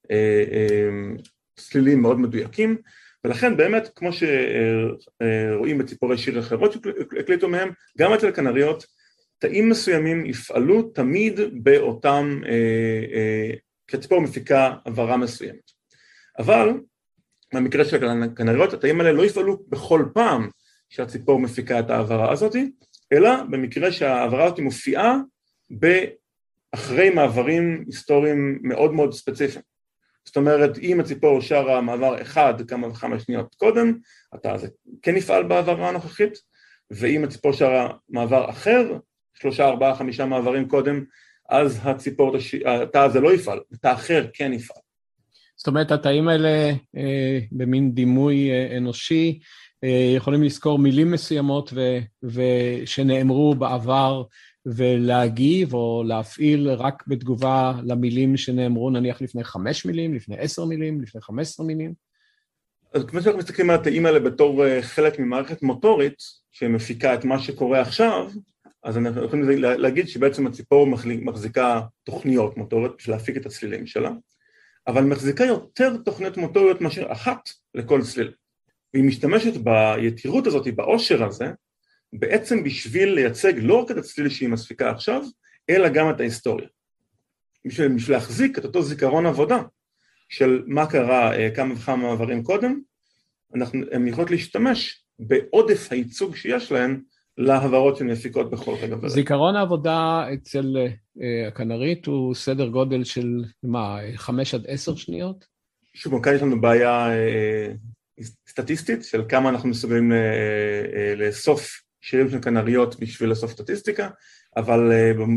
צלילים מאוד מדויקים, ולכן באמת, כמו שרואים בציפורי שיר אחרות שהקליטו מהם, גם אצל כנריות, תאים מסוימים יפעלו תמיד באותם, כשהציפור מפיקה עברה מסוימת. אבל, במקרה של הכנריות, התאים האלה לא יפעלו בכל פעם שהציפור מפיקה את העברה הזאת, אלא במקרה שהעברה הזאת מופיעה באחרי מעברים היסטוריים מאוד מאוד ספציפיים. זאת אומרת, אם הציפור שרה מעבר אחד כמה וכמה שניות קודם, אתה זה כן יפעל בעברה הנוכחית, ואם הציפור שרה מעבר אחר, שלושה, ארבעה, חמישה מעברים קודם, אז הציפור, התא הזה לא יפעל, התא אחר כן יפעל. זאת אומרת, התאים האלה אה, במין דימוי אה, אנושי, אה, יכולים לזכור מילים מסוימות ו, ושנאמרו בעבר, ולהגיב או להפעיל רק בתגובה למילים שנאמרו, נניח לפני חמש מילים, לפני עשר מילים, לפני חמש עשרה מילים. אז כמו שאנחנו מסתכלים על התאים האלה בתור חלק ממערכת מוטורית, שמפיקה את מה שקורה עכשיו, אז אנחנו יכולים להגיד שבעצם הציפור מחזיקה תוכניות מוטוריות בשביל להפיק את הצלילים שלה, אבל מחזיקה יותר תוכניות מוטוריות מאשר אחת לכל צליל. והיא משתמשת ביתירות הזאת, בעושר הזה, בעצם בשביל לייצג לא רק את הצליל שהיא מספיקה עכשיו, אלא גם את ההיסטוריה. בשביל, בשביל להחזיק את אותו זיכרון עבודה של מה קרה כמה וכמה מעברים קודם, אנחנו, הם יכולות להשתמש בעודף הייצוג שיש להן להעברות שמפיקות בכל רגע ורגע. זיכרון העבודה אצל הכנרית הוא סדר גודל של מה, חמש עד עשר שניות? שוב, כאן יש לנו בעיה סטטיסטית של כמה אנחנו מסוגלים לאסוף שירים של כנריות בשביל לאסוף סטטיסטיקה, אבל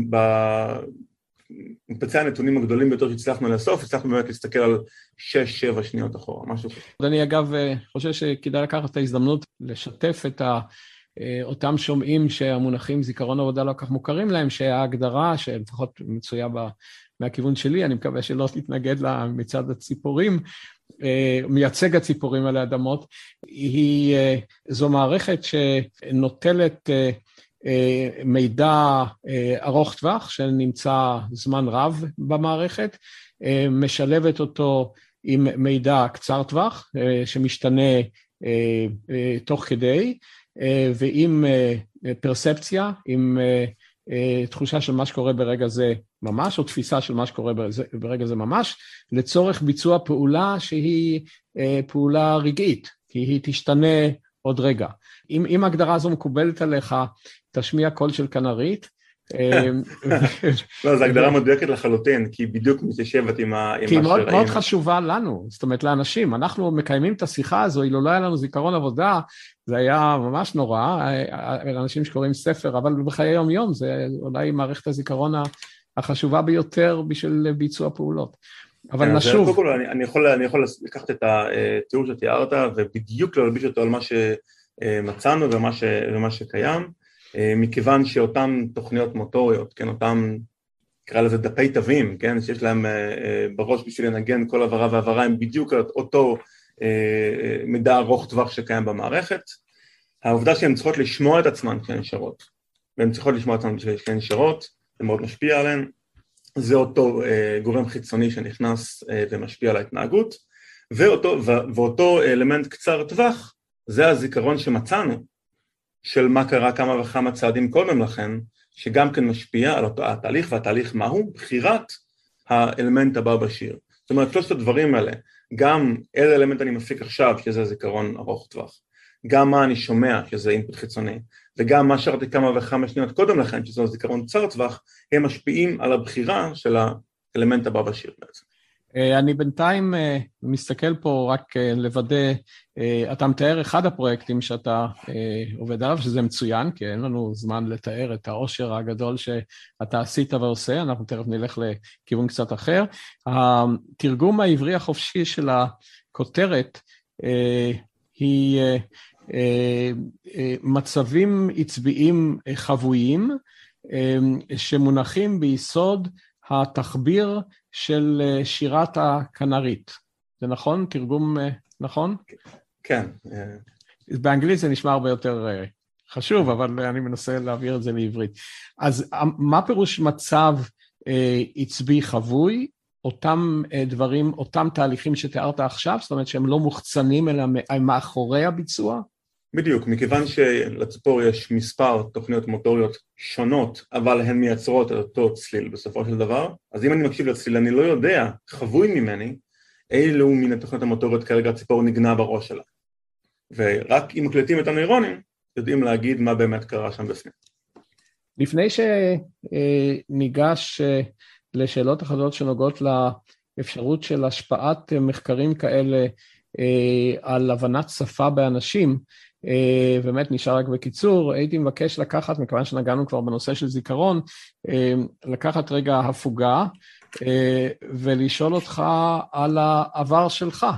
במפצי הנתונים הגדולים ביותר שהצלחנו לאסוף, הצלחנו באמת להסתכל על שש שבע שניות אחורה, משהו כזה. אני אגב חושב שכדאי לקחת את ההזדמנות לשתף את אותם שומעים שהמונחים זיכרון עבודה לא כך מוכרים להם, שההגדרה שלפחות מצויה מהכיוון שלי, אני מקווה שלא תתנגד לה מצד הציפורים, מייצג הציפורים על האדמות, היא, זו מערכת שנוטלת מידע ארוך טווח, שנמצא זמן רב במערכת, משלבת אותו עם מידע קצר טווח, שמשתנה תוך כדי, ועם פרספציה, עם תחושה של מה שקורה ברגע זה ממש, או תפיסה של מה שקורה ברגע זה ממש, לצורך ביצוע פעולה שהיא פעולה רגעית, כי היא תשתנה עוד רגע. אם, אם ההגדרה הזו מקובלת עליך, תשמיע קול של כנרית. לא, זו הגדרה מדויקת לחלוטין, כי היא בדיוק מתיישבת עם מה שראינו. כי היא מאוד, מאוד חשובה לנו, זאת אומרת לאנשים, אנחנו מקיימים את השיחה הזו, אילו לא היה לנו זיכרון עבודה, זה היה ממש נורא, אנשים שקוראים ספר, אבל בחיי יום יום זה אולי מערכת הזיכרון החשובה ביותר בשביל ביצוע פעולות. אבל נשוב. אני יכול, אני יכול לקחת את התיאור שתיארת, ובדיוק להלביש אותו על מה שמצאנו ומה ש, ומה שקיים, מכיוון שאותן תוכניות מוטוריות, כן, אותן, נקרא לזה דפי תווים, כן, שיש להם בראש בשביל לנגן כל עברה ועברה, הם בדיוק אותו מידע ארוך טווח שקיים במערכת. העובדה שהן צריכות לשמוע את עצמן כשהן נשארות, והן צריכות לשמוע את עצמן כשהן נשארות, זה מאוד משפיע עליהן, זה אותו גורם חיצוני שנכנס ומשפיע על ההתנהגות, ואותו, ואותו אלמנט קצר טווח, זה הזיכרון שמצאנו, של מה קרה כמה וכמה צעדים קודם לכן, שגם כן משפיע על אותו התהליך, והתהליך מהו? בחירת האלמנט הבא בשיר. זאת אומרת, שלושת הדברים האלה, גם איזה אלמנט אני מפיק עכשיו, שזה זיכרון ארוך טווח, גם מה אני שומע, שזה אינפוט חיצוני, וגם מה שרתי כמה וכמה שניות קודם לכן, שזה זיכרון קצר טווח, הם משפיעים על הבחירה של האלמנט הבא בשיר בעצם. אני בינתיים מסתכל פה רק לוודא, אתה מתאר אחד הפרויקטים שאתה עובד עליו, שזה מצוין, כי אין לנו זמן לתאר את העושר הגדול שאתה עשית ועושה, אנחנו תכף נלך לכיוון קצת אחר. התרגום העברי החופשי של הכותרת היא מצבים עצביים חבויים, שמונחים ביסוד התחביר של שירת הכנרית. זה נכון? תרגום נכון? כן. באנגלית זה נשמע הרבה יותר חשוב, אבל אני מנסה להעביר את זה לעברית. אז מה פירוש מצב עצבי חבוי? אותם דברים, אותם תהליכים שתיארת עכשיו, זאת אומרת שהם לא מוחצנים אלא מאחורי הביצוע? בדיוק, מכיוון שלציפור יש מספר תוכניות מוטוריות שונות, אבל הן מייצרות את אותו צליל בסופו של דבר, אז אם אני מקשיב לצליל, אני לא יודע, חבוי ממני, אילו מן התוכניות המוטוריות כרגע הציפור נגנה בראש שלה. ורק אם מקלטים את הנוירונים, יודעים להגיד מה באמת קרה שם בפנים. לפני שניגש לשאלות אחדות שנוגעות לאפשרות של השפעת מחקרים כאלה על הבנת שפה באנשים, באמת נשאר רק בקיצור, הייתי מבקש לקחת, מכיוון שנגענו כבר בנושא של זיכרון, לקחת רגע הפוגה ולשאול אותך על העבר שלך.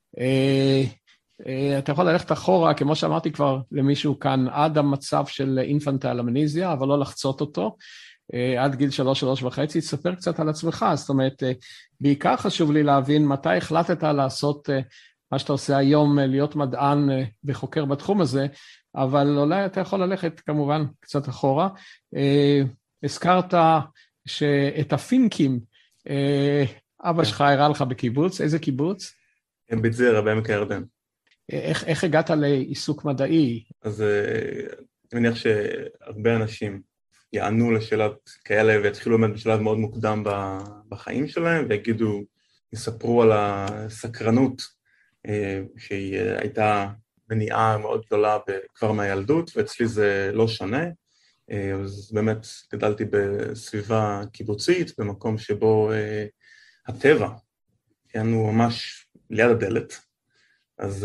אתה יכול ללכת אחורה, כמו שאמרתי כבר למישהו כאן, עד המצב של אינפנטל אמנזיה, אבל לא לחצות אותו, עד גיל שלוש, שלוש וחצי, תספר קצת על עצמך, זאת אומרת, בעיקר חשוב לי להבין מתי החלטת לעשות מה שאתה עושה היום, להיות מדען וחוקר בתחום הזה, אבל אולי אתה יכול ללכת כמובן קצת אחורה. הזכרת שאת הפינקים, אבא שלך הראה לך בקיבוץ, איזה קיבוץ? בית זרע, בעמק הירדן. איך, איך הגעת לעיסוק מדעי? אז אני מניח שהרבה אנשים יענו לשאלות כאלה ויתחילו באמת בשלב מאוד מוקדם בחיים שלהם, ויגידו, יספרו על הסקרנות שהיא הייתה מניעה מאוד גדולה כבר מהילדות, ואצלי זה לא שונה. אז באמת גדלתי בסביבה קיבוצית, במקום שבו הטבע, היינו ממש ליד הדלת, אז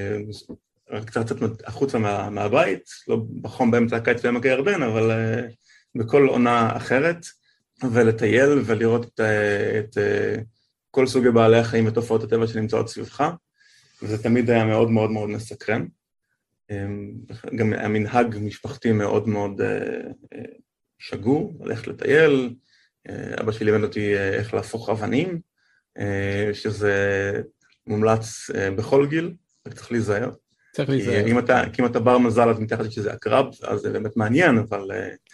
רק קצת החוצה מה, מהבית, לא בחום באמצע הקיץ בעמק הירדן, אבל בכל עונה אחרת, ולטייל ולראות את, את כל סוגי בעלי החיים ותופעות הטבע שנמצאות סביבך, וזה תמיד היה מאוד מאוד מאוד מסקרן. גם המנהג משפחתי מאוד מאוד שגור, הולך לטייל, אבא שלי לימד אותי איך להפוך אבנים, שזה מומלץ בכל גיל, רק צריך להיזהר. צריך להיזהר. אם אתה, כי אם אתה בר מזל, אז מתחת שזה אקרב, אז זה באמת מעניין, אבל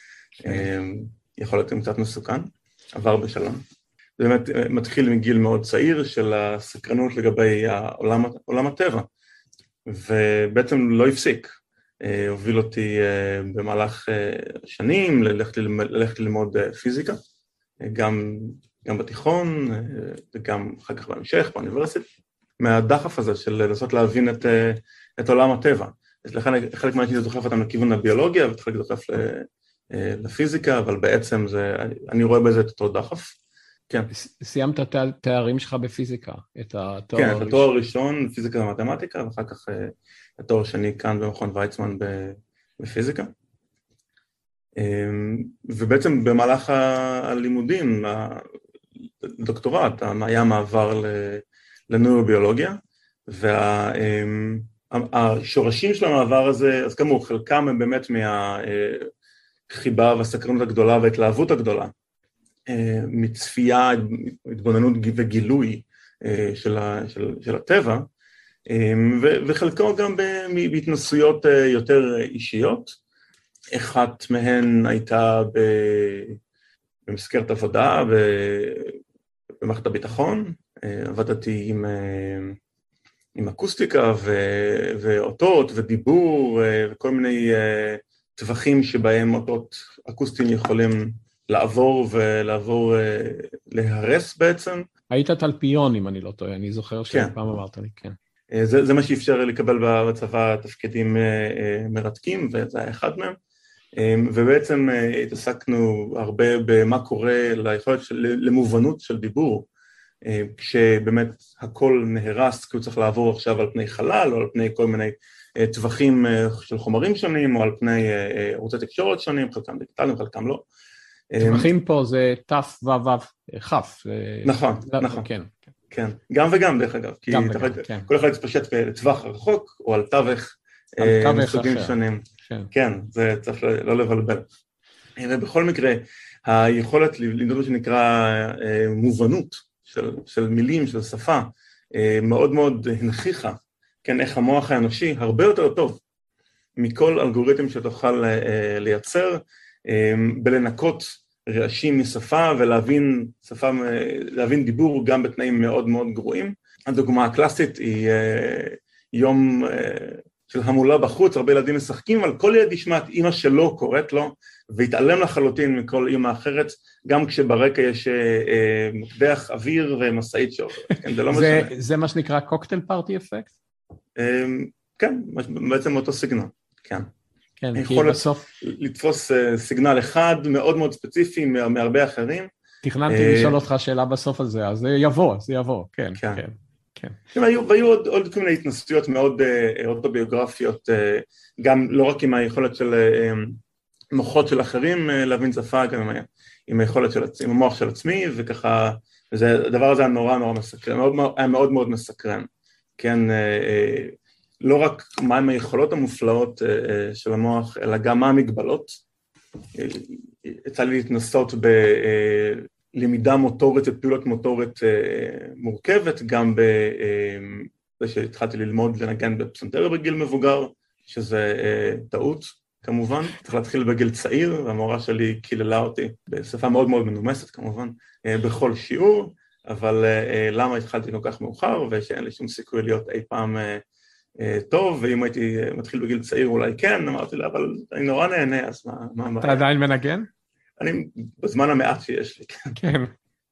יכול להיות קצת מסוכן, עבר בשלום. זה באמת מתחיל מגיל מאוד צעיר של הסקרנות לגבי העולם, עולם הטבע, ובעצם לא הפסיק. הוביל אותי במהלך שנים ללכת, ללכת ללמוד פיזיקה, גם, גם בתיכון, וגם אחר כך בהמשך, באוניברסיטה, מהדחף הזה של לנסות להבין את, את עולם הטבע. אז לכן חלק מהייתי זה דוחף אותם לכיוון הביולוגיה, וחלק דוחף לפיזיקה, אבל בעצם זה, אני רואה בזה את אותו דחף. כן. סיימת את התארים שלך בפיזיקה, את התואר הראשון. כן, את התואר הראשון, פיזיקה ומתמטיקה, ואחר כך התואר השני כאן במכון ויצמן בפיזיקה. ובעצם במהלך הלימודים, הדוקטורט, היה מעבר לנוירוביולוגיה, והשורשים של המעבר הזה, אז כאמור, חלקם הם באמת מהחיבה והסקרנות הגדולה וההתלהבות הגדולה, מצפייה, התבוננות וגילוי של, של, של הטבע, וחלקו גם בהתנסויות יותר אישיות. אחת מהן הייתה במסגרת עבודה במערכת הביטחון, עבדתי עם, עם אקוסטיקה ואותות ודיבור וכל מיני טווחים שבהם אותות אקוסטיים יכולים לעבור ולעבור, להרס בעצם. היית תלפיון, אם אני לא טועה, אני זוכר שפעם אמרת לי, כן. זה, זה מה שאפשר לקבל בצבא תפקידים מרתקים, וזה היה אחד מהם. ובעצם התעסקנו הרבה במה קורה ליכולת של, למובנות של דיבור, כשבאמת הכל נהרס, כי הוא צריך לעבור עכשיו על פני חלל, או על פני כל מיני טווחים של חומרים שונים, או על פני ערוצי תקשורת שונים, חלקם דיגיטליים, חלקם לא. טווחים פה זה תף וו חף. נכון, נכון. כן, גם וגם דרך אגב, כי כל אחד יתפשט לטווח רחוק, או על טווח מסוגים שונים. כן, זה צריך לא לבלבל. ובכל מקרה, היכולת למדוד מה שנקרא מובנות של מילים, של שפה, מאוד מאוד הנכיחה, כן, איך המוח האנושי הרבה יותר טוב מכל אלגוריתם שתוכל לייצר, בלנקות רעשים משפה ולהבין שפה, להבין דיבור גם בתנאים מאוד מאוד גרועים. הדוגמה הקלאסית היא יום של המולה בחוץ, הרבה ילדים משחקים, אבל כל ילד ישמע את אמא שלו קוראת לו, והתעלם לחלוטין מכל אמא אחרת, גם כשברקע יש מטבח אוויר ומסעית שעוברת. כן, זה לא משנה. זה מה שנקרא קוקטייל פארטי אפקט? כן, בעצם אותו סגנון, כן. כן, כי בסוף... לתפוס סיגנל אחד מאוד מאוד ספציפי מהרבה אחרים. תכננתי לשאול אותך שאלה בסוף הזה, אז זה יבוא, זה יבוא, כן, כן. כן. והיו עוד כל מיני התנסויות מאוד אוטוביוגרפיות, גם לא רק עם היכולת של מוחות של אחרים להבין שפה, גם עם היכולת של, עם המוח של עצמי, וככה, הדבר הזה היה נורא נורא מסקרן, היה מאוד מאוד מסקרן, כן, לא רק מהם היכולות המופלאות של המוח, אלא גם מה המגבלות. יצא לי להתנסות בלמידה מוטורית ופעילות מוטורית מורכבת, גם בזה שהתחלתי ללמוד לנגן בפסנתר בגיל מבוגר, שזה טעות כמובן, צריך להתחיל בגיל צעיר, והמורה שלי קיללה אותי בשפה מאוד מאוד מנומסת כמובן, בכל שיעור, אבל למה התחלתי כל כך מאוחר, ושאין לי שום סיכוי להיות אי פעם טוב, ואם הייתי מתחיל בגיל צעיר אולי כן, אמרתי לה, אבל אני נורא נהנה, אז מה... מה אתה עדיין מנגן? אני, בזמן המעט שיש לי, כן. כן.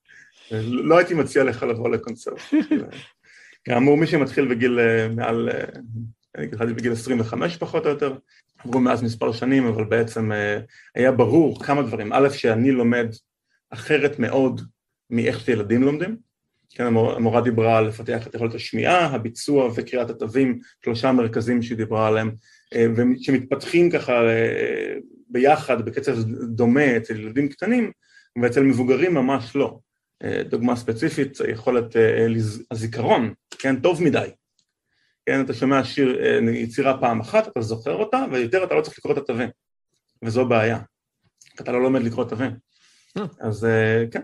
לא הייתי מציע לך לבוא לקונצרט. כאמור, מי שמתחיל בגיל מעל, אני התחלתי בגיל עשרים וחמש פחות או יותר, עברו מאז מספר שנים, אבל בעצם היה ברור כמה דברים. א', שאני לומד אחרת מאוד מאיך שילדים לומדים, כן, המורה דיברה על לפתח את יכולת השמיעה, הביצוע וקריאת התווים, שלושה מרכזים שהיא דיברה עליהם, שמתפתחים ככה ביחד, בקצב דומה אצל ילדים קטנים, ואצל מבוגרים ממש לא. דוגמה ספציפית, יכולת הזיכרון, כן, טוב מדי. כן, אתה שומע שיר, יצירה פעם אחת, אתה זוכר אותה, ויותר אתה לא צריך לקרוא את התווים, וזו בעיה. אתה לא לומד לקרוא את התווים. אז כן,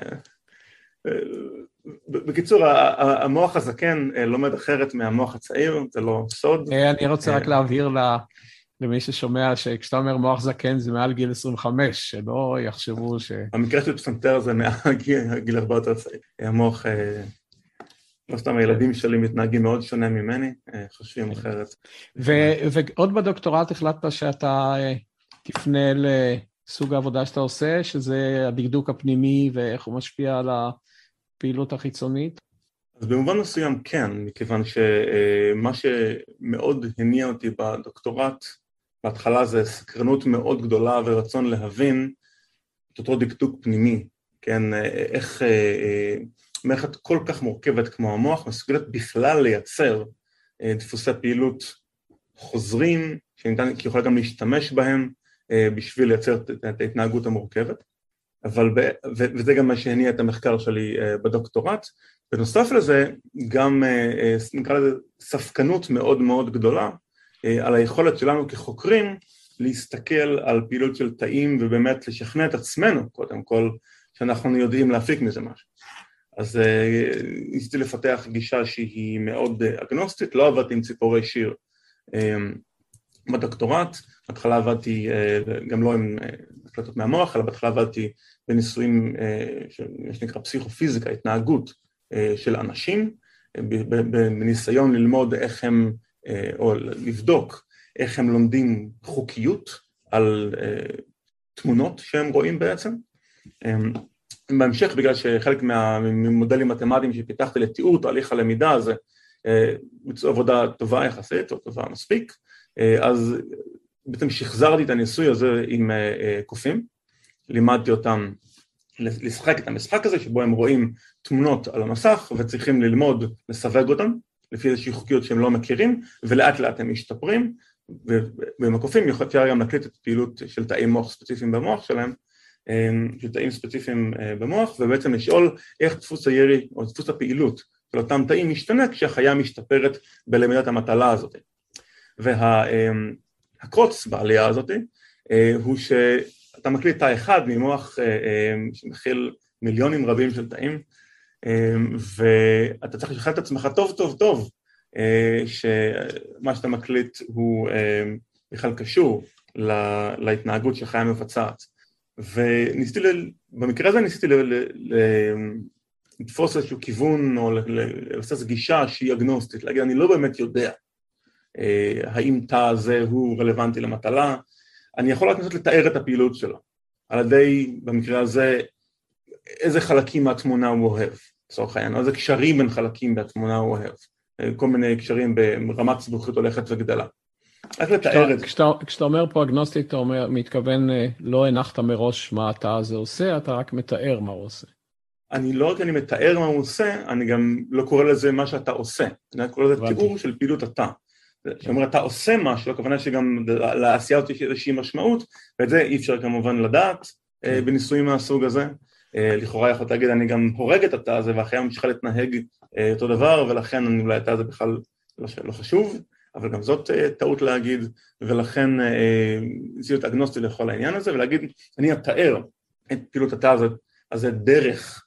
בקיצור, המוח הזקן לומד אחרת מהמוח הצעיר, זה לא סוד. אני רוצה רק להבהיר למי ששומע שכשאתה אומר מוח זקן זה מעל גיל עשרים וחמש, שלא יחשבו ש... המקרה של פסנתר זה מעל גיל הרבה יותר צעיר. המוח, לא סתם הילדים שלי מתנהגים מאוד שונה ממני, חושבים אחרת. ועוד בדוקטורט החלטת שאתה תפנה לסוג העבודה שאתה עושה, שזה הדקדוק הפנימי ואיך הוא משפיע על ה... פעילות החיצונית? אז במובן מסוים כן, מכיוון שמה שמאוד הניע אותי בדוקטורט, בהתחלה זה סקרנות מאוד גדולה ורצון להבין את אותו דקדוק פנימי, כן, איך מערכת כל כך מורכבת כמו המוח מסוגלת בכלל לייצר דפוסי פעילות חוזרים, שניתן יכולה גם להשתמש בהם בשביל לייצר את ההתנהגות המורכבת. אבל, וזה גם מה שהניע את המחקר שלי בדוקטורט. בנוסף לזה, גם נקרא לזה ספקנות מאוד מאוד גדולה, על היכולת שלנו כחוקרים להסתכל על פעילות של תאים, ובאמת לשכנע את עצמנו, קודם כל, שאנחנו יודעים להפיק מזה משהו. אז ניסיתי לפתח גישה שהיא מאוד אגנוסטית, לא עבדתי עם ציפורי שיר בדוקטורט, בהתחלה עבדתי גם לא עם הקלטות מהמוח, אלא בהתחלה עבדתי בניסויים שנקרא פסיכופיזיקה, התנהגות של אנשים, בניסיון ללמוד איך הם, או לבדוק איך הם לומדים חוקיות על תמונות שהם רואים בעצם. בהמשך, בגלל שחלק מהמודלים מתמטיים שפיתחתי לתיאור תהליך הלמידה הזה, ביצעו עבודה טובה יחסית, או טובה מספיק, אז בעצם שחזרתי את הניסוי הזה עם קופים, לימדתי אותם לשחק את המשחק הזה, שבו הם רואים תמונות על המסך, וצריכים ללמוד, לסווג אותם, לפי איזושהי חוקיות שהם לא מכירים, ולאט לאט הם משתפרים, ועם הקופים אפשר גם להקליט את פעילות של תאי מוח ספציפיים במוח שלהם, של תאים ספציפיים במוח, ובעצם לשאול איך דפוס הירי, או דפוס הפעילות של אותם תאים משתנה, כשהחיה משתפרת בלמידת המטלה הזאת. והקרוץ בעלייה הזאת, הוא שאתה מקליט תא אחד ממוח שמכיל מיליונים רבים של תאים, ואתה צריך לשחרר את עצמך טוב טוב טוב, שמה שאתה מקליט הוא בכלל קשור להתנהגות של חיה מבצעת. וניסיתי, במקרה הזה ניסיתי לתפוס איזשהו כיוון או לבסס גישה שהיא אגנוסטית, להגיד אני לא באמת יודע האם תא הזה הוא רלוונטי למטלה, אני יכול רק לנסות לתאר את הפעילות שלו, על ידי במקרה הזה איזה חלקים מהתמונה הוא אוהב, לצורך העניין, או איזה קשרים בין חלקים בתמונה הוא אוהב, כל מיני קשרים ברמת סיבוכיות הולכת וגדלה. רק לתאר את זה. כשאתה, כשאתה אומר פה אגנוסטית, אתה אומר, מתכוון, לא הנחת מראש מה התא הזה עושה, אתה רק מתאר מה הוא עושה. אני לא רק אני מתאר מה הוא עושה, אני גם לא קורא לזה מה שאתה עושה, אני קורא לזה תיאור של פעילות התא. שאומר, אתה עושה משהו, הכוונה שגם לעשייה אותי איזושהי משמעות, ואת זה אי אפשר כמובן לדעת בניסויים מהסוג הזה. לכאורה יכול להגיד, אני גם הורג את התא הזה, והחיה ממשיכה להתנהג אותו דבר, ולכן אני אולי התא הזה בכלל לא חשוב, אבל גם זאת טעות להגיד, ולכן ניסיתי להיות אגנוסטי לכל העניין הזה, ולהגיד, אני אתאר את פעילות התא הזה, אז זה דרך,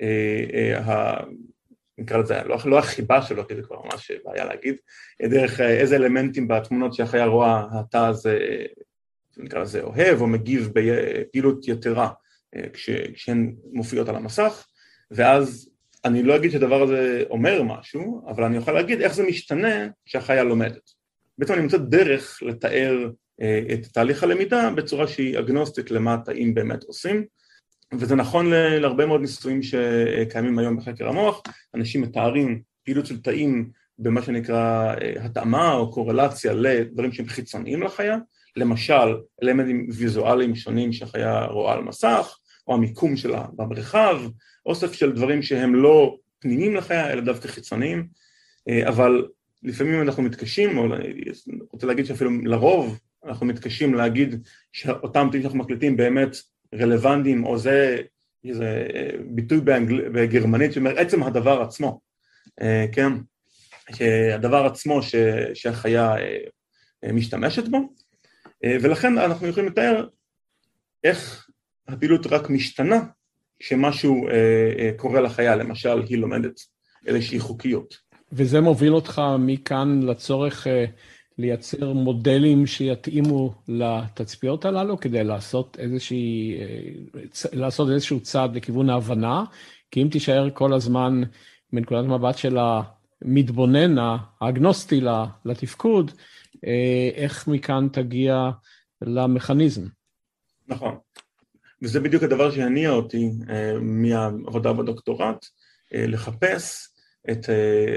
נקרא לזה, לא החיבה שלו, כי זה כבר ממש בעיה להגיד, דרך איזה אלמנטים בתמונות שהחיה רואה, התא הזה, נקרא לזה, אוהב או מגיב בפעילות יתרה, כשהן מופיעות על המסך, ואז אני לא אגיד שהדבר הזה אומר משהו, אבל אני יכול להגיד איך זה משתנה כשהחיה לומדת. בעצם אני מוצא דרך לתאר את תהליך הלמידה בצורה שהיא אגנוסטית למה התאים באמת עושים, וזה נכון להרבה מאוד ניסויים שקיימים היום בחקר המוח, אנשים מתארים פעילות של תאים במה שנקרא התאמה או קורלציה לדברים שהם חיצוניים לחיה, למשל אלמנטים ויזואליים שונים שהחיה רואה על מסך, או המיקום שלה במרחב, אוסף של דברים שהם לא פנימיים לחיה, אלא דווקא חיצוניים, אבל לפעמים אנחנו מתקשים, או אני רוצה להגיד שאפילו לרוב אנחנו מתקשים להגיד שאותם תאים שאנחנו מקליטים באמת רלוונטיים, או זה איזה ביטוי באנגל... בגרמנית שאומר עצם הדבר עצמו, כן? שהדבר עצמו ש... שהחיה משתמשת בו, ולכן אנחנו יכולים לתאר איך הפעילות רק משתנה כשמשהו קורה לחיה, למשל היא לומדת איזושהי חוקיות. וזה מוביל אותך מכאן לצורך לייצר מודלים שיתאימו לתצפיות הללו, כדי לעשות איזושהי, לעשות איזשהו צעד לכיוון ההבנה, כי אם תישאר כל הזמן מנקודת מבט של המתבונן, האגנוסטי לתפקוד, איך מכאן תגיע למכניזם. נכון. וזה בדיוק הדבר שהניע אותי מהעבודה בדוקטורט, לחפש את,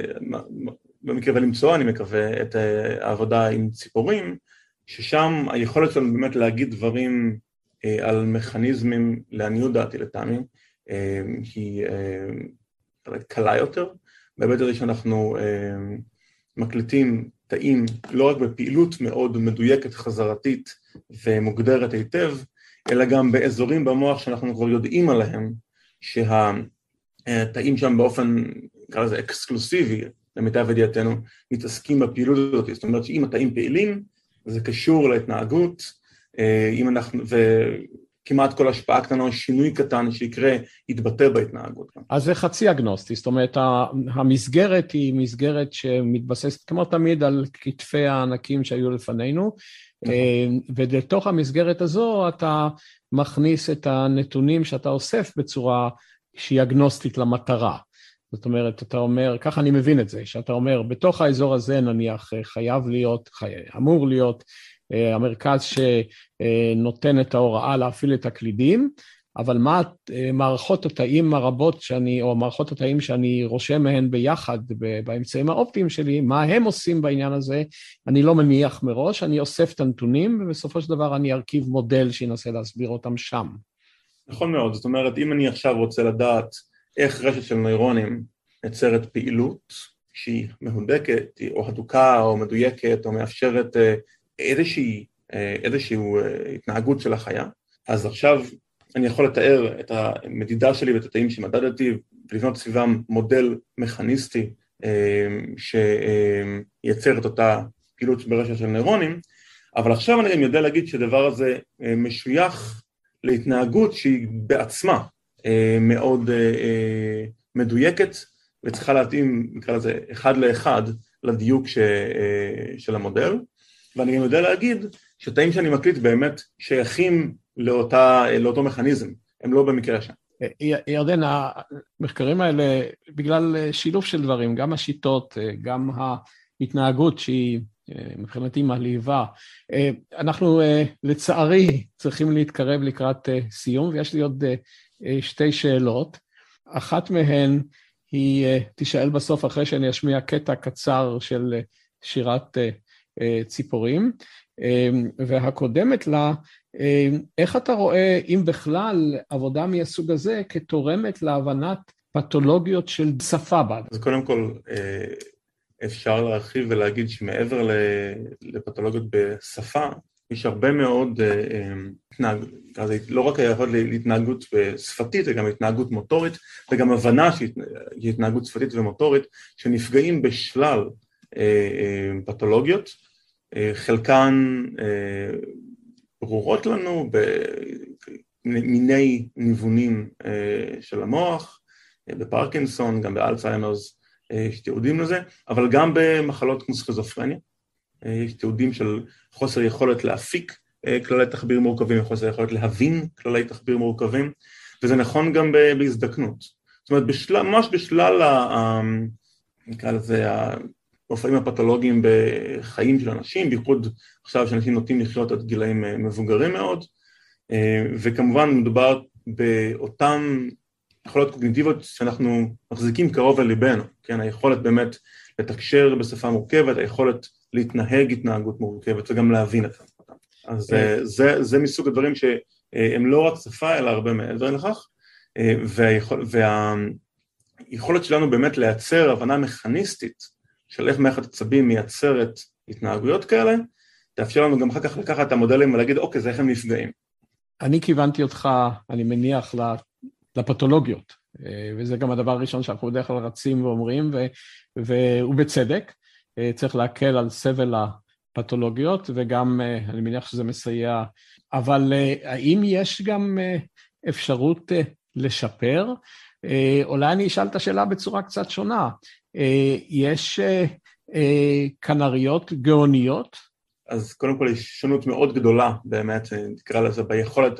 במקרה ולמצוא, אני מקווה, את העבודה עם ציפורים, ששם היכולת שלנו באמת להגיד דברים על מכניזמים, לעניות דעתי לטעמי, היא קלה יותר, בהיבט הזה שאנחנו מקליטים תאים לא רק בפעילות מאוד מדויקת, חזרתית ומוגדרת היטב, אלא גם באזורים במוח שאנחנו כבר יודעים עליהם, שהתאים שם באופן, נקרא לזה אקסקלוסיבי, למיטב ידיעתנו, מתעסקים בפעילות הזאת. זאת אומרת שאם התאים פעילים, זה קשור להתנהגות, אם אנחנו, וכמעט כל השפעה קטנה או שינוי קטן שיקרה, יתבטא בהתנהגות. אז זה חצי אגנוסטי, זאת אומרת, המסגרת היא מסגרת שמתבססת כמו תמיד על כתפי הענקים שהיו לפנינו, ולתוך המסגרת הזו אתה מכניס את הנתונים שאתה אוסף בצורה שהיא אגנוסטית למטרה. זאת אומרת, אתה אומר, ככה אני מבין את זה, שאתה אומר, בתוך האזור הזה נניח חייב להיות, חי... אמור להיות המרכז שנותן את ההוראה להפעיל את הקלידים, אבל מה מערכות התאים הרבות שאני, או מערכות התאים שאני רושם מהן ביחד באמצעים האופטיים שלי, מה הם עושים בעניין הזה, אני לא מניח מראש, אני אוסף את הנתונים, ובסופו של דבר אני ארכיב מודל שינסה להסביר אותם שם. נכון מאוד, זאת אומרת, אם אני עכשיו רוצה לדעת איך רשת של נוירונים יצרת פעילות שהיא מהודקת, או הדוקה, או מדויקת, או מאפשרת איזושהי, איזושהי התנהגות של החיה, אז עכשיו אני יכול לתאר את המדידה שלי ואת התאים שמדדתי, ולבנות סביבם מודל מכניסטי שייצר את אותה פעילות ברשת של נוירונים, אבל עכשיו אני גם יודע להגיד שהדבר הזה משוייך להתנהגות שהיא בעצמה מאוד מדויקת, וצריכה להתאים, נקרא לזה, אחד לאחד לדיוק ש... של המודל, ואני גם יודע להגיד שתאים שאני מקליט באמת שייכים לאותה, לאותו מכניזם, הם לא במקרה שם. ירדן, המחקרים האלה, בגלל שילוב של דברים, גם השיטות, גם ההתנהגות שהיא מבחינתי מעליבה, אנחנו לצערי צריכים להתקרב לקראת סיום, ויש לי עוד שתי שאלות. אחת מהן היא תשאל בסוף אחרי שאני אשמיע קטע קצר של שירת ציפורים, והקודמת לה, איך אתה רואה, אם בכלל, עבודה מהסוג הזה כתורמת להבנת פתולוגיות של שפה בה? אז קודם כל, אפשר להרחיב ולהגיד שמעבר לפתולוגיות בשפה, יש הרבה מאוד, לא רק היכולת להתנהגות שפתית, אלא גם התנהגות מוטורית, וגם הבנה שהיא התנהגות שפתית ומוטורית, שנפגעים בשלל פתולוגיות, חלקן ברורות לנו במיני ניוונים של המוח, בפרקינסון, גם באלצהיימרס, יש תיעודים לזה, אבל גם במחלות כמו סכיזופרניה, יש תיעודים של חוסר יכולת להפיק כללי תחביר מורכבים, חוסר יכולת להבין כללי תחביר מורכבים, וזה נכון גם בהזדקנות. זאת אומרת, בשל, ממש בשלל, ה, נקרא לזה, האופנים הפתולוגיים בחיים של אנשים, בייחוד עכשיו שאנשים נוטים לחיות עד גילאים מבוגרים מאוד, וכמובן מדובר באותם יכולות קוגניטיביות שאנחנו מחזיקים קרוב אל ליבנו, כן, היכולת באמת לתקשר בשפה מורכבת, היכולת להתנהג התנהגות מורכבת וגם להבין את זה. אז זה, זה מסוג הדברים שהם לא רק שפה, אלא הרבה מעבר לכך, והיכול, והיכולת שלנו באמת לייצר הבנה מכניסטית של איך מערכת עצבים מייצרת התנהגויות כאלה, תאפשר לנו גם אחר כך לקחת את המודלים ולהגיד, אוקיי, זה איך הם נפגעים. אני כיוונתי אותך, אני מניח, לפתולוגיות, וזה גם הדבר הראשון שאנחנו בדרך כלל רצים ואומרים, ובצדק, צריך להקל על סבל הפתולוגיות, וגם אני מניח שזה מסייע, אבל האם יש גם אפשרות לשפר? אולי אני אשאל את השאלה בצורה קצת שונה, יש קנריות גאוניות? אז קודם כל יש שונות מאוד גדולה, באמת, נקרא לזה, ביכולת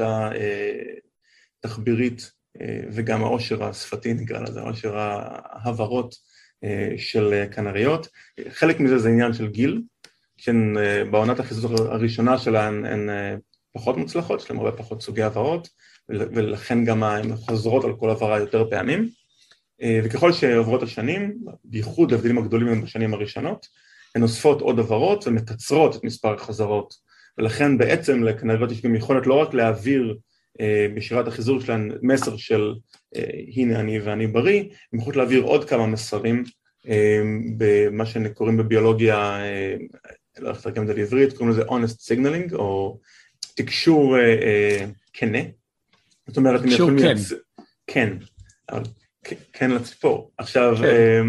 התחבירית, וגם העושר השפתי, נקרא לזה, העושר ההברות של קנריות. חלק מזה זה עניין של גיל, שהן בעונת החיזוק הראשונה שלהן הן פחות מוצלחות, יש להן הרבה פחות סוגי הברות, ולכן גם הן חוזרות על כל הברה יותר פעמים, וככל שעוברות השנים, בייחוד ההבדלים הגדולים הם בשנים הראשונות, הן אוספות עוד הברות ומקצרות את מספר החזרות, ולכן בעצם לקנריות יש גם יכולת לא רק להעביר בשירת החיזור שלהן מסר של הנה אני ואני בריא, הם יכולים להעביר עוד כמה מסרים במה שקוראים בביולוגיה, לא איך לתרגם את זה לעברית, קוראים לזה honest signaling, או תקשור כנה. זאת אומרת, הם יכולים... כן, אבל כן לציפור. עכשיו,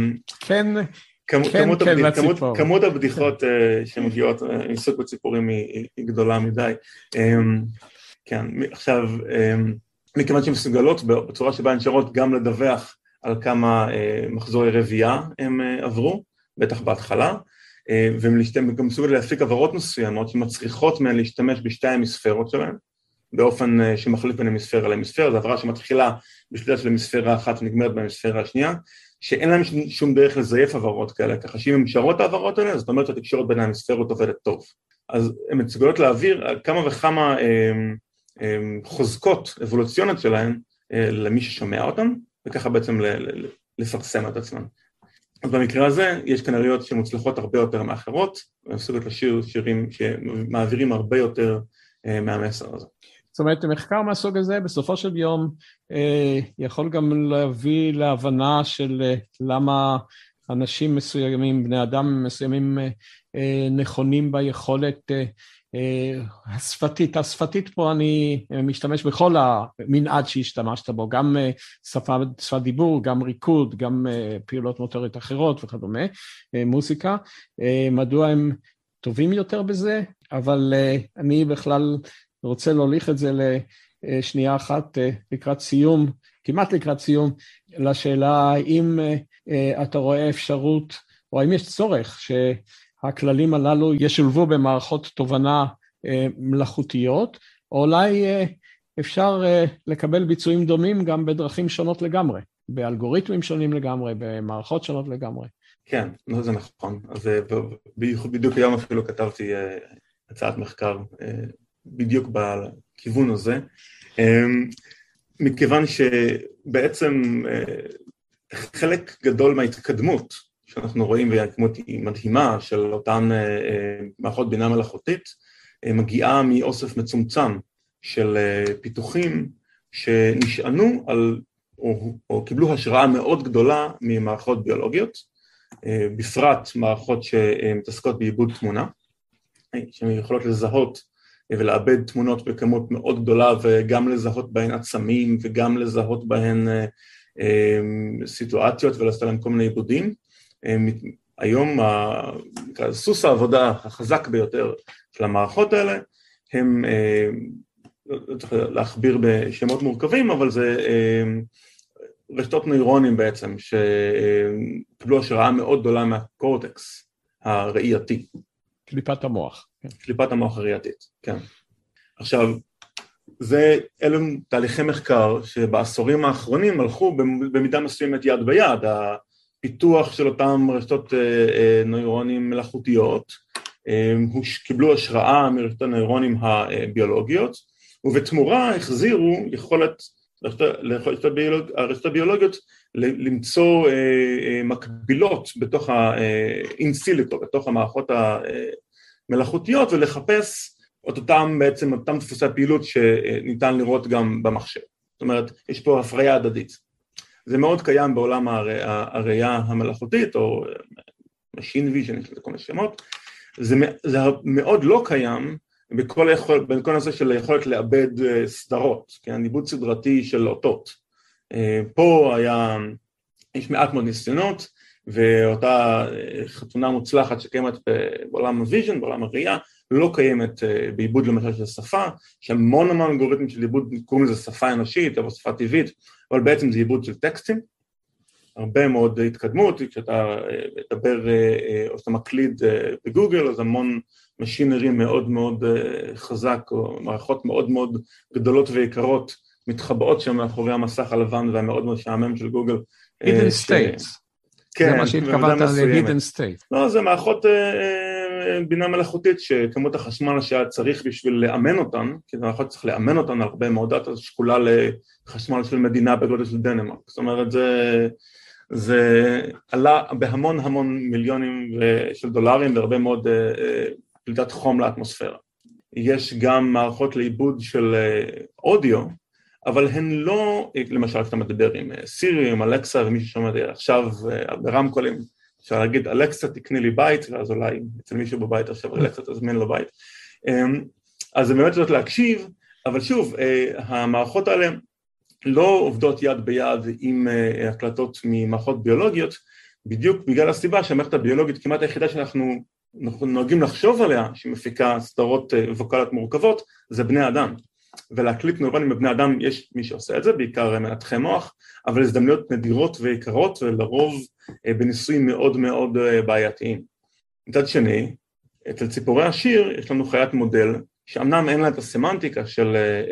כמות הבדיחות שמגיעות מסוג בציפורים היא גדולה מדי. כן, עכשיו, מכיוון שהן מסוגלות בצורה שבה הן שרות גם לדווח על כמה מחזורי רבייה הם עברו, בטח בהתחלה, והן גם מסוגלות להפיק עברות מסוימות שמצריכות מהן להשתמש בשתי המספרות שלהן, באופן שמחליף בין המספרה למספרה, זו עברה שמתחילה בשליטה של המספרה האחת ונגמרת במספרה השנייה, שאין להם שום דרך לזייף עברות כאלה, ככה שאם הן שרות העברות האלה, זאת אומרת שהתקשורת בין המספרות עובדת טוב. אז הן מסוגלות להעביר כמה וכמה חוזקות אבולוציונית שלהן למי ששומע אותן, וככה בעצם לפרסם את עצמן. אז במקרה הזה יש קנריות שמוצלחות הרבה יותר מאחרות, ומסוגלות לשיר שירים שמעבירים הרבה יותר מהמסר הזה. זאת אומרת, מחקר מהסוג הזה בסופו של יום יכול גם להביא להבנה של למה אנשים מסוימים, בני אדם מסוימים נכונים ביכולת השפתית. השפתית פה אני משתמש בכל המנעד שהשתמשת בו, גם שפה, שפת דיבור, גם ריקוד, גם פעולות מוטוריות אחרות וכדומה, מוזיקה. מדוע הם טובים יותר בזה? אבל אני בכלל רוצה להוליך את זה לשנייה אחת לקראת סיום, כמעט לקראת סיום, לשאלה האם אתה רואה אפשרות, או האם יש צורך שהכללים הללו ישולבו במערכות תובנה מלאכותיות, או אולי אפשר לקבל ביצועים דומים גם בדרכים שונות לגמרי, באלגוריתמים שונים לגמרי, במערכות שונות לגמרי. כן, זה נכון. אז בדיוק היום אפילו כתבתי הצעת מחקר בדיוק בכיוון הזה, מכיוון שבעצם חלק גדול מההתקדמות שאנחנו רואים, וההתקדמות היא מדהימה של אותן מערכות בינה מלאכותית, מגיעה מאוסף מצומצם של פיתוחים שנשענו על, או, או קיבלו השראה מאוד גדולה ממערכות ביולוגיות, בפרט מערכות שמתעסקות בעיבוד תמונה, שהן יכולות לזהות ולעבד תמונות בכמות מאוד גדולה, וגם לזהות בהן עצמים, וגם לזהות בהן סיטואציות ולעשות להם כל מיני עיבודים. היום סוס העבודה החזק ביותר של המערכות האלה, הם, לא צריך להכביר בשמות מורכבים, אבל זה רשתות נוירונים בעצם, שקיבלו השראה מאוד גדולה מהקורטקס הראייתי. קליפת המוח. קליפת המוח הראייתית, כן. עכשיו, זה, אלו תהליכי מחקר שבעשורים האחרונים הלכו במידה מסוימת יד ביד, הפיתוח של אותם רשתות נוירונים מלאכותיות, קיבלו השראה מרשתות הנוירונים הביולוגיות, ובתמורה החזירו יכולת, הרשתות הביולוגיות למצוא מקבילות בתוך האינסיליקו, בתוך המערכות המלאכותיות, ולחפש את אותם בעצם, אותם דפוסי פעילות שניתן לראות גם במחשב. זאת אומרת, יש פה הפריה הדדית. זה מאוד קיים בעולם הראייה המלאכותית, או Machine Vision, יש לזה כל מיני שמות. זה, זה מאוד לא קיים בכל, היכול, בכל נושא של היכולת לאבד סדרות, כן? עיבוד סדרתי של אותות. פה היה, יש מעט מאוד ניסיונות, ואותה חתונה מוצלחת שקיימת בעולם הוויז'ן, בעולם הראייה, לא קיימת בעיבוד למשל של שפה, שהמון המון אלגוריתמים של עיבוד קוראים לזה שפה אנושית או שפה טבעית, אבל בעצם זה עיבוד של טקסטים, הרבה מאוד התקדמות, כשאתה מדבר או שאתה מקליד בגוגל, אז המון משינרים מאוד מאוד חזק, או מערכות מאוד מאוד גדולות ויקרות, מתחבאות שם מאחורי המסך הלבן והמאוד מאוד שעמם של גוגל. Hidden States. זה מה שהתכוונת ל-Hidden State. לא, זה מערכות בינה מלאכותית שכמות החשמל שהיה צריך בשביל לאמן אותן, כי זה מערכות צריך לאמן אותן הרבה מאוד דאטה שקולה לחשמל של מדינה בגודל של דנמרק. זאת אומרת, זה, זה עלה בהמון המון מיליונים של דולרים והרבה מאוד פליטת חום לאטמוספירה. יש גם מערכות לעיבוד של אודיו, אבל הן לא, למשל, כשאתה מדבר עם סירי, עם אלקסה, ומי ששומע עכשיו ברמקולים, אפשר להגיד, אלקסה תקני לי בית, ואז אולי אצל מישהו בבית עכשיו אלקסה תזמין לו בית. אז זה באמת זאת להקשיב, אבל שוב, המערכות האלה לא עובדות יד ביד עם הקלטות ממערכות ביולוגיות, בדיוק בגלל הסיבה שהמערכת הביולוגית כמעט היחידה שאנחנו נוהגים לחשוב עליה, שמפיקה סדרות ווקליות מורכבות, זה בני אדם. ולהקליט נוירונים בבני אדם יש מי שעושה את זה, בעיקר מנתחי מוח, אבל הזדמנויות נדירות ויקרות, ולרוב בניסויים מאוד מאוד בעייתיים. מצד שני, אצל ציפורי השיר יש לנו חיית מודל, שאמנם אין לה את הסמנטיקה של,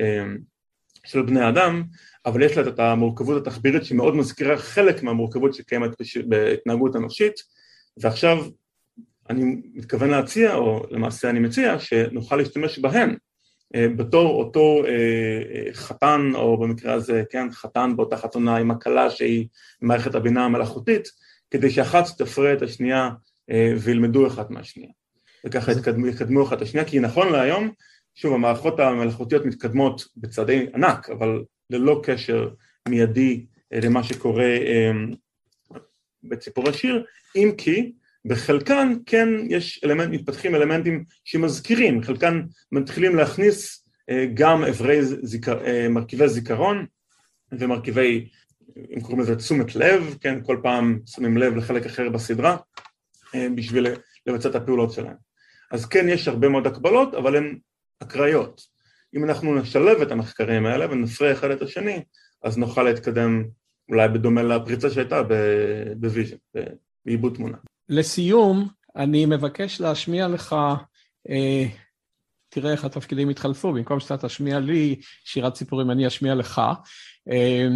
של בני אדם, אבל יש לה את המורכבות התחבירית שמאוד מזכירה חלק מהמורכבות שקיימת בהתנהגות אנושית, ועכשיו אני מתכוון להציע, או למעשה אני מציע, שנוכל להשתמש בהן, בתור אותו חתן, או במקרה הזה, כן, חתן באותה חתונה עם הקלה שהיא מערכת הבינה המלאכותית, כדי שאחת תפרה את השנייה וילמדו אחת מהשנייה. וככה יקדמו, יקדמו אחת השנייה, כי נכון להיום שוב, המערכות המלאכותיות מתקדמות בצעדי ענק, אבל ללא קשר מיידי למה שקורה בציפורי שיר, אם כי בחלקן כן יש אלמנט, מתפתחים אלמנטים שמזכירים, חלקן מתחילים להכניס גם עברי זיכר, מרכיבי זיכרון ומרכיבי, אם קוראים לזה תשומת לב, כן, כל פעם שמים לב לחלק אחר בסדרה, בשביל לבצע את הפעולות שלהם. אז כן יש הרבה מאוד הקבלות, אבל הן אקראיות. אם אנחנו נשלב את המחקרים האלה ונפרה אחד את השני, אז נוכל להתקדם אולי בדומה לפריצה שהייתה בוויז'ן, בעיבוד תמונה. לסיום, אני מבקש להשמיע לך, אה, תראה איך התפקידים התחלפו, במקום שאתה תשמיע לי שירת ציפורים, אני אשמיע לך, אה,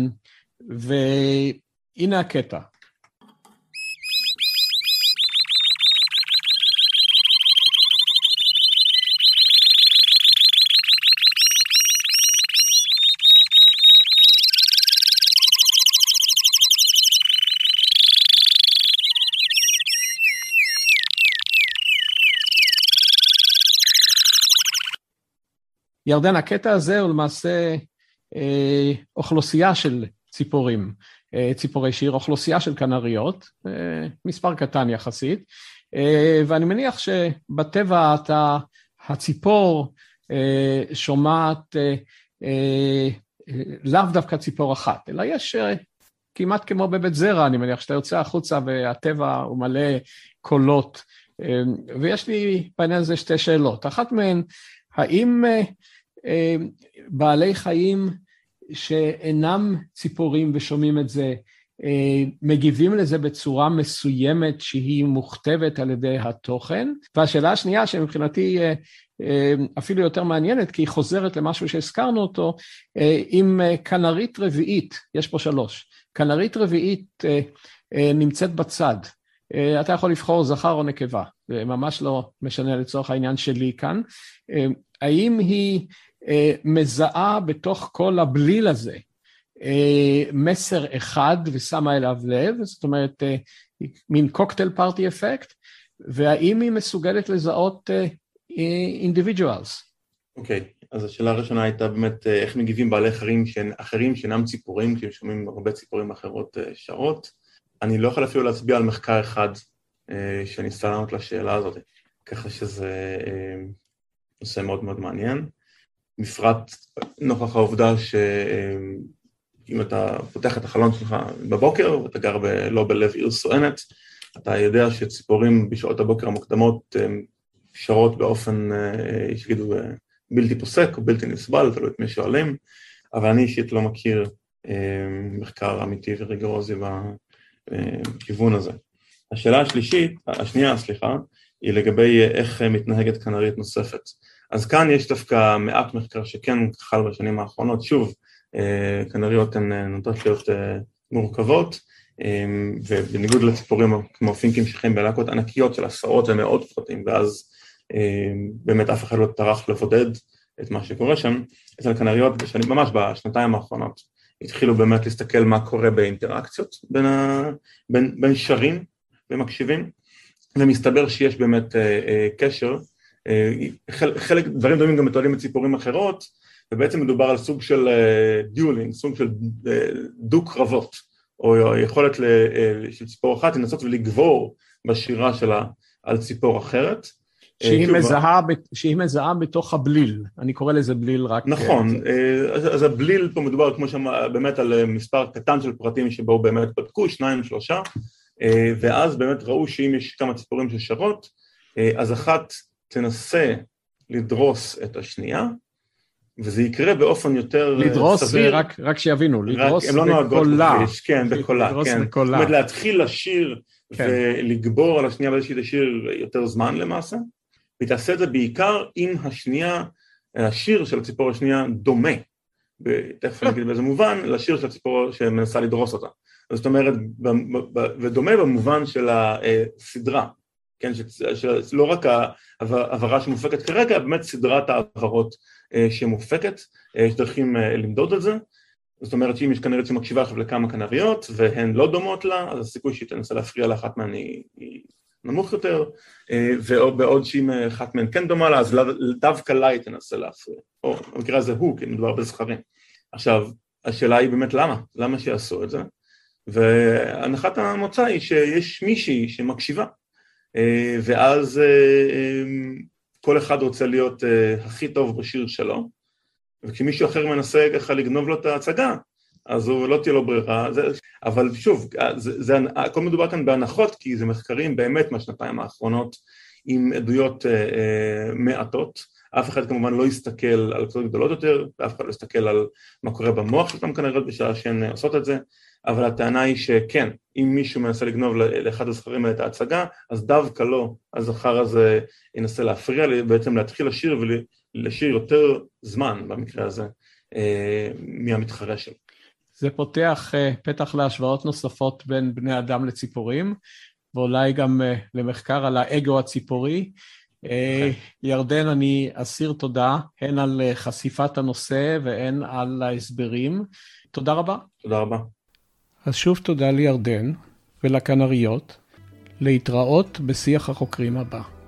והנה הקטע. ירדן, הקטע הזה הוא למעשה אה, אוכלוסייה של ציפורים, אה, ציפורי שיר, אוכלוסייה של כנריות, אה, מספר קטן יחסית, אה, ואני מניח שבטבע אתה, הציפור אה, שומעת אה, אה, לאו דווקא ציפור אחת, אלא יש אה, כמעט כמו בבית זרע, אני מניח שאתה יוצא החוצה והטבע הוא מלא קולות, אה, ויש לי בעניין הזה שתי שאלות, אחת מהן, האם בעלי חיים שאינם ציפורים ושומעים את זה, מגיבים לזה בצורה מסוימת שהיא מוכתבת על ידי התוכן? והשאלה השנייה שמבחינתי אפילו יותר מעניינת, כי היא חוזרת למשהו שהזכרנו אותו, עם כנרית רביעית, יש פה שלוש, כנרית רביעית נמצאת בצד, אתה יכול לבחור זכר או נקבה, זה ממש לא משנה לצורך העניין שלי כאן, האם היא מזהה בתוך כל הבליל הזה מסר אחד ושמה אליו לב, זאת אומרת מין קוקטייל פארטי אפקט, והאם היא מסוגלת לזהות אינדיבידואלס? אוקיי, אז השאלה הראשונה הייתה באמת איך מגיבים בעלי חיים אחרים שאינם ציפורים, כי הם שומעים הרבה ציפורים אחרות שרות. אני לא יכול אפילו להצביע על מחקר אחד שניסה לענות לשאלה הזאת, ככה שזה נושא מאוד מאוד מעניין. בפרט נוכח העובדה שאם אתה פותח את החלון שלך בבוקר, ואתה גר ב... לא בלב עיר סואנת, אתה יודע שציפורים בשעות הבוקר המוקדמות שרות באופן, שגידו, בלתי פוסק או בלתי נסבל, תלוי את מי שואלים, אבל אני אישית לא מכיר מחקר אמיתי וריגורוזי בכיוון הזה. השאלה השלישית, השנייה, סליחה, היא לגבי איך מתנהגת כנרית נוספת. אז כאן יש דווקא מעט מחקר שכן חל בשנים האחרונות, שוב, כנריות הן נוטות להיות מורכבות, ובניגוד לציפורים כמו פינקים שחיים בלהקות ענקיות של עשרות ומאות פרטים, ואז באמת אף אחד לא טרח לבודד את מה שקורה שם, אצל כנריות בשנים, ממש בשנתיים האחרונות, התחילו באמת להסתכל מה קורה באינטראקציות בין, ה, בין, בין שרים ומקשיבים, ומסתבר שיש באמת קשר, חלק, דברים דומים גם מתועדים בציפורים אחרות, ובעצם מדובר על סוג של דיולינג, סוג של דו קרבות, או יכולת של ציפור אחת לנסות ולגבור בשירה שלה על ציפור אחרת. שהיא מזהה, שהיא מזהה בתוך הבליל, אני קורא לזה בליל רק... נכון, אז הבליל פה מדובר כמו שם באמת על מספר קטן של פרטים שבו באמת בדקו, שניים, שלושה, ואז באמת ראו שאם יש כמה ציפורים ששרות, אז אחת תנסה לדרוס את השנייה, וזה יקרה באופן יותר לדרוס, סביר. לדרוס, רק, רק שיבינו, לדרוס הם לא בקולה. בכביש, כן, בקולה, כן. זאת אומרת, להתחיל לשיר כן. ולגבור על השנייה באיזושהי לשיר יותר זמן למעשה, ותעשה את זה בעיקר אם השנייה, השיר של הציפור השנייה דומה, תכף אני אגיד באיזה מובן, לשיר של הציפור שמנסה לדרוס אותה. זאת אומרת, ודומה במובן של הסדרה, כן, שלא רק העברה שמופקת כרגע, באמת סדרת העברות שמופקת, יש דרכים למדוד את זה, זאת אומרת שאם יש כנרית שמקשיבה עכשיו לכמה כנריות, והן לא דומות לה, אז הסיכוי שהיא תנסה להפריע לאחת מהן היא נמוך יותר, ובעוד שאם אחת מהן כן דומה לה, אז דווקא לה היא תנסה להפריע, או במקרה הזה הוא, כי מדובר בזכרים. עכשיו, השאלה היא באמת למה? למה שיעשו את זה? והנחת המוצא היא שיש מישהי שמקשיבה, ואז כל אחד רוצה להיות הכי טוב בשיר שלו, וכשמישהו אחר מנסה ככה לגנוב לו את ההצגה, אז הוא לא תהיה לו ברירה, זה, אבל שוב, זה, זה, הכל מדובר כאן בהנחות, כי זה מחקרים באמת מהשנתיים האחרונות, עם עדויות אה, מעטות, אף אחד כמובן לא יסתכל על קצות גדולות יותר, ואף אחד לא יסתכל על מה קורה במוח שלתם כנראה בשעה שהן עושות את זה, אבל הטענה היא שכן, אם מישהו מנסה לגנוב לאחד הזכרים האלה את ההצגה, אז דווקא לא, הזכר הזה ינסה להפריע, בעצם להתחיל לשיר ולשיר יותר זמן במקרה הזה, אה, מהמתחרה שלו. זה פותח פתח להשוואות נוספות בין בני אדם לציפורים, ואולי גם למחקר על האגו הציפורי. ירדן, אני אסיר תודה, הן על חשיפת הנושא והן על ההסברים. תודה רבה. תודה רבה. אז שוב תודה לירדן ולכנריות, להתראות בשיח החוקרים הבא.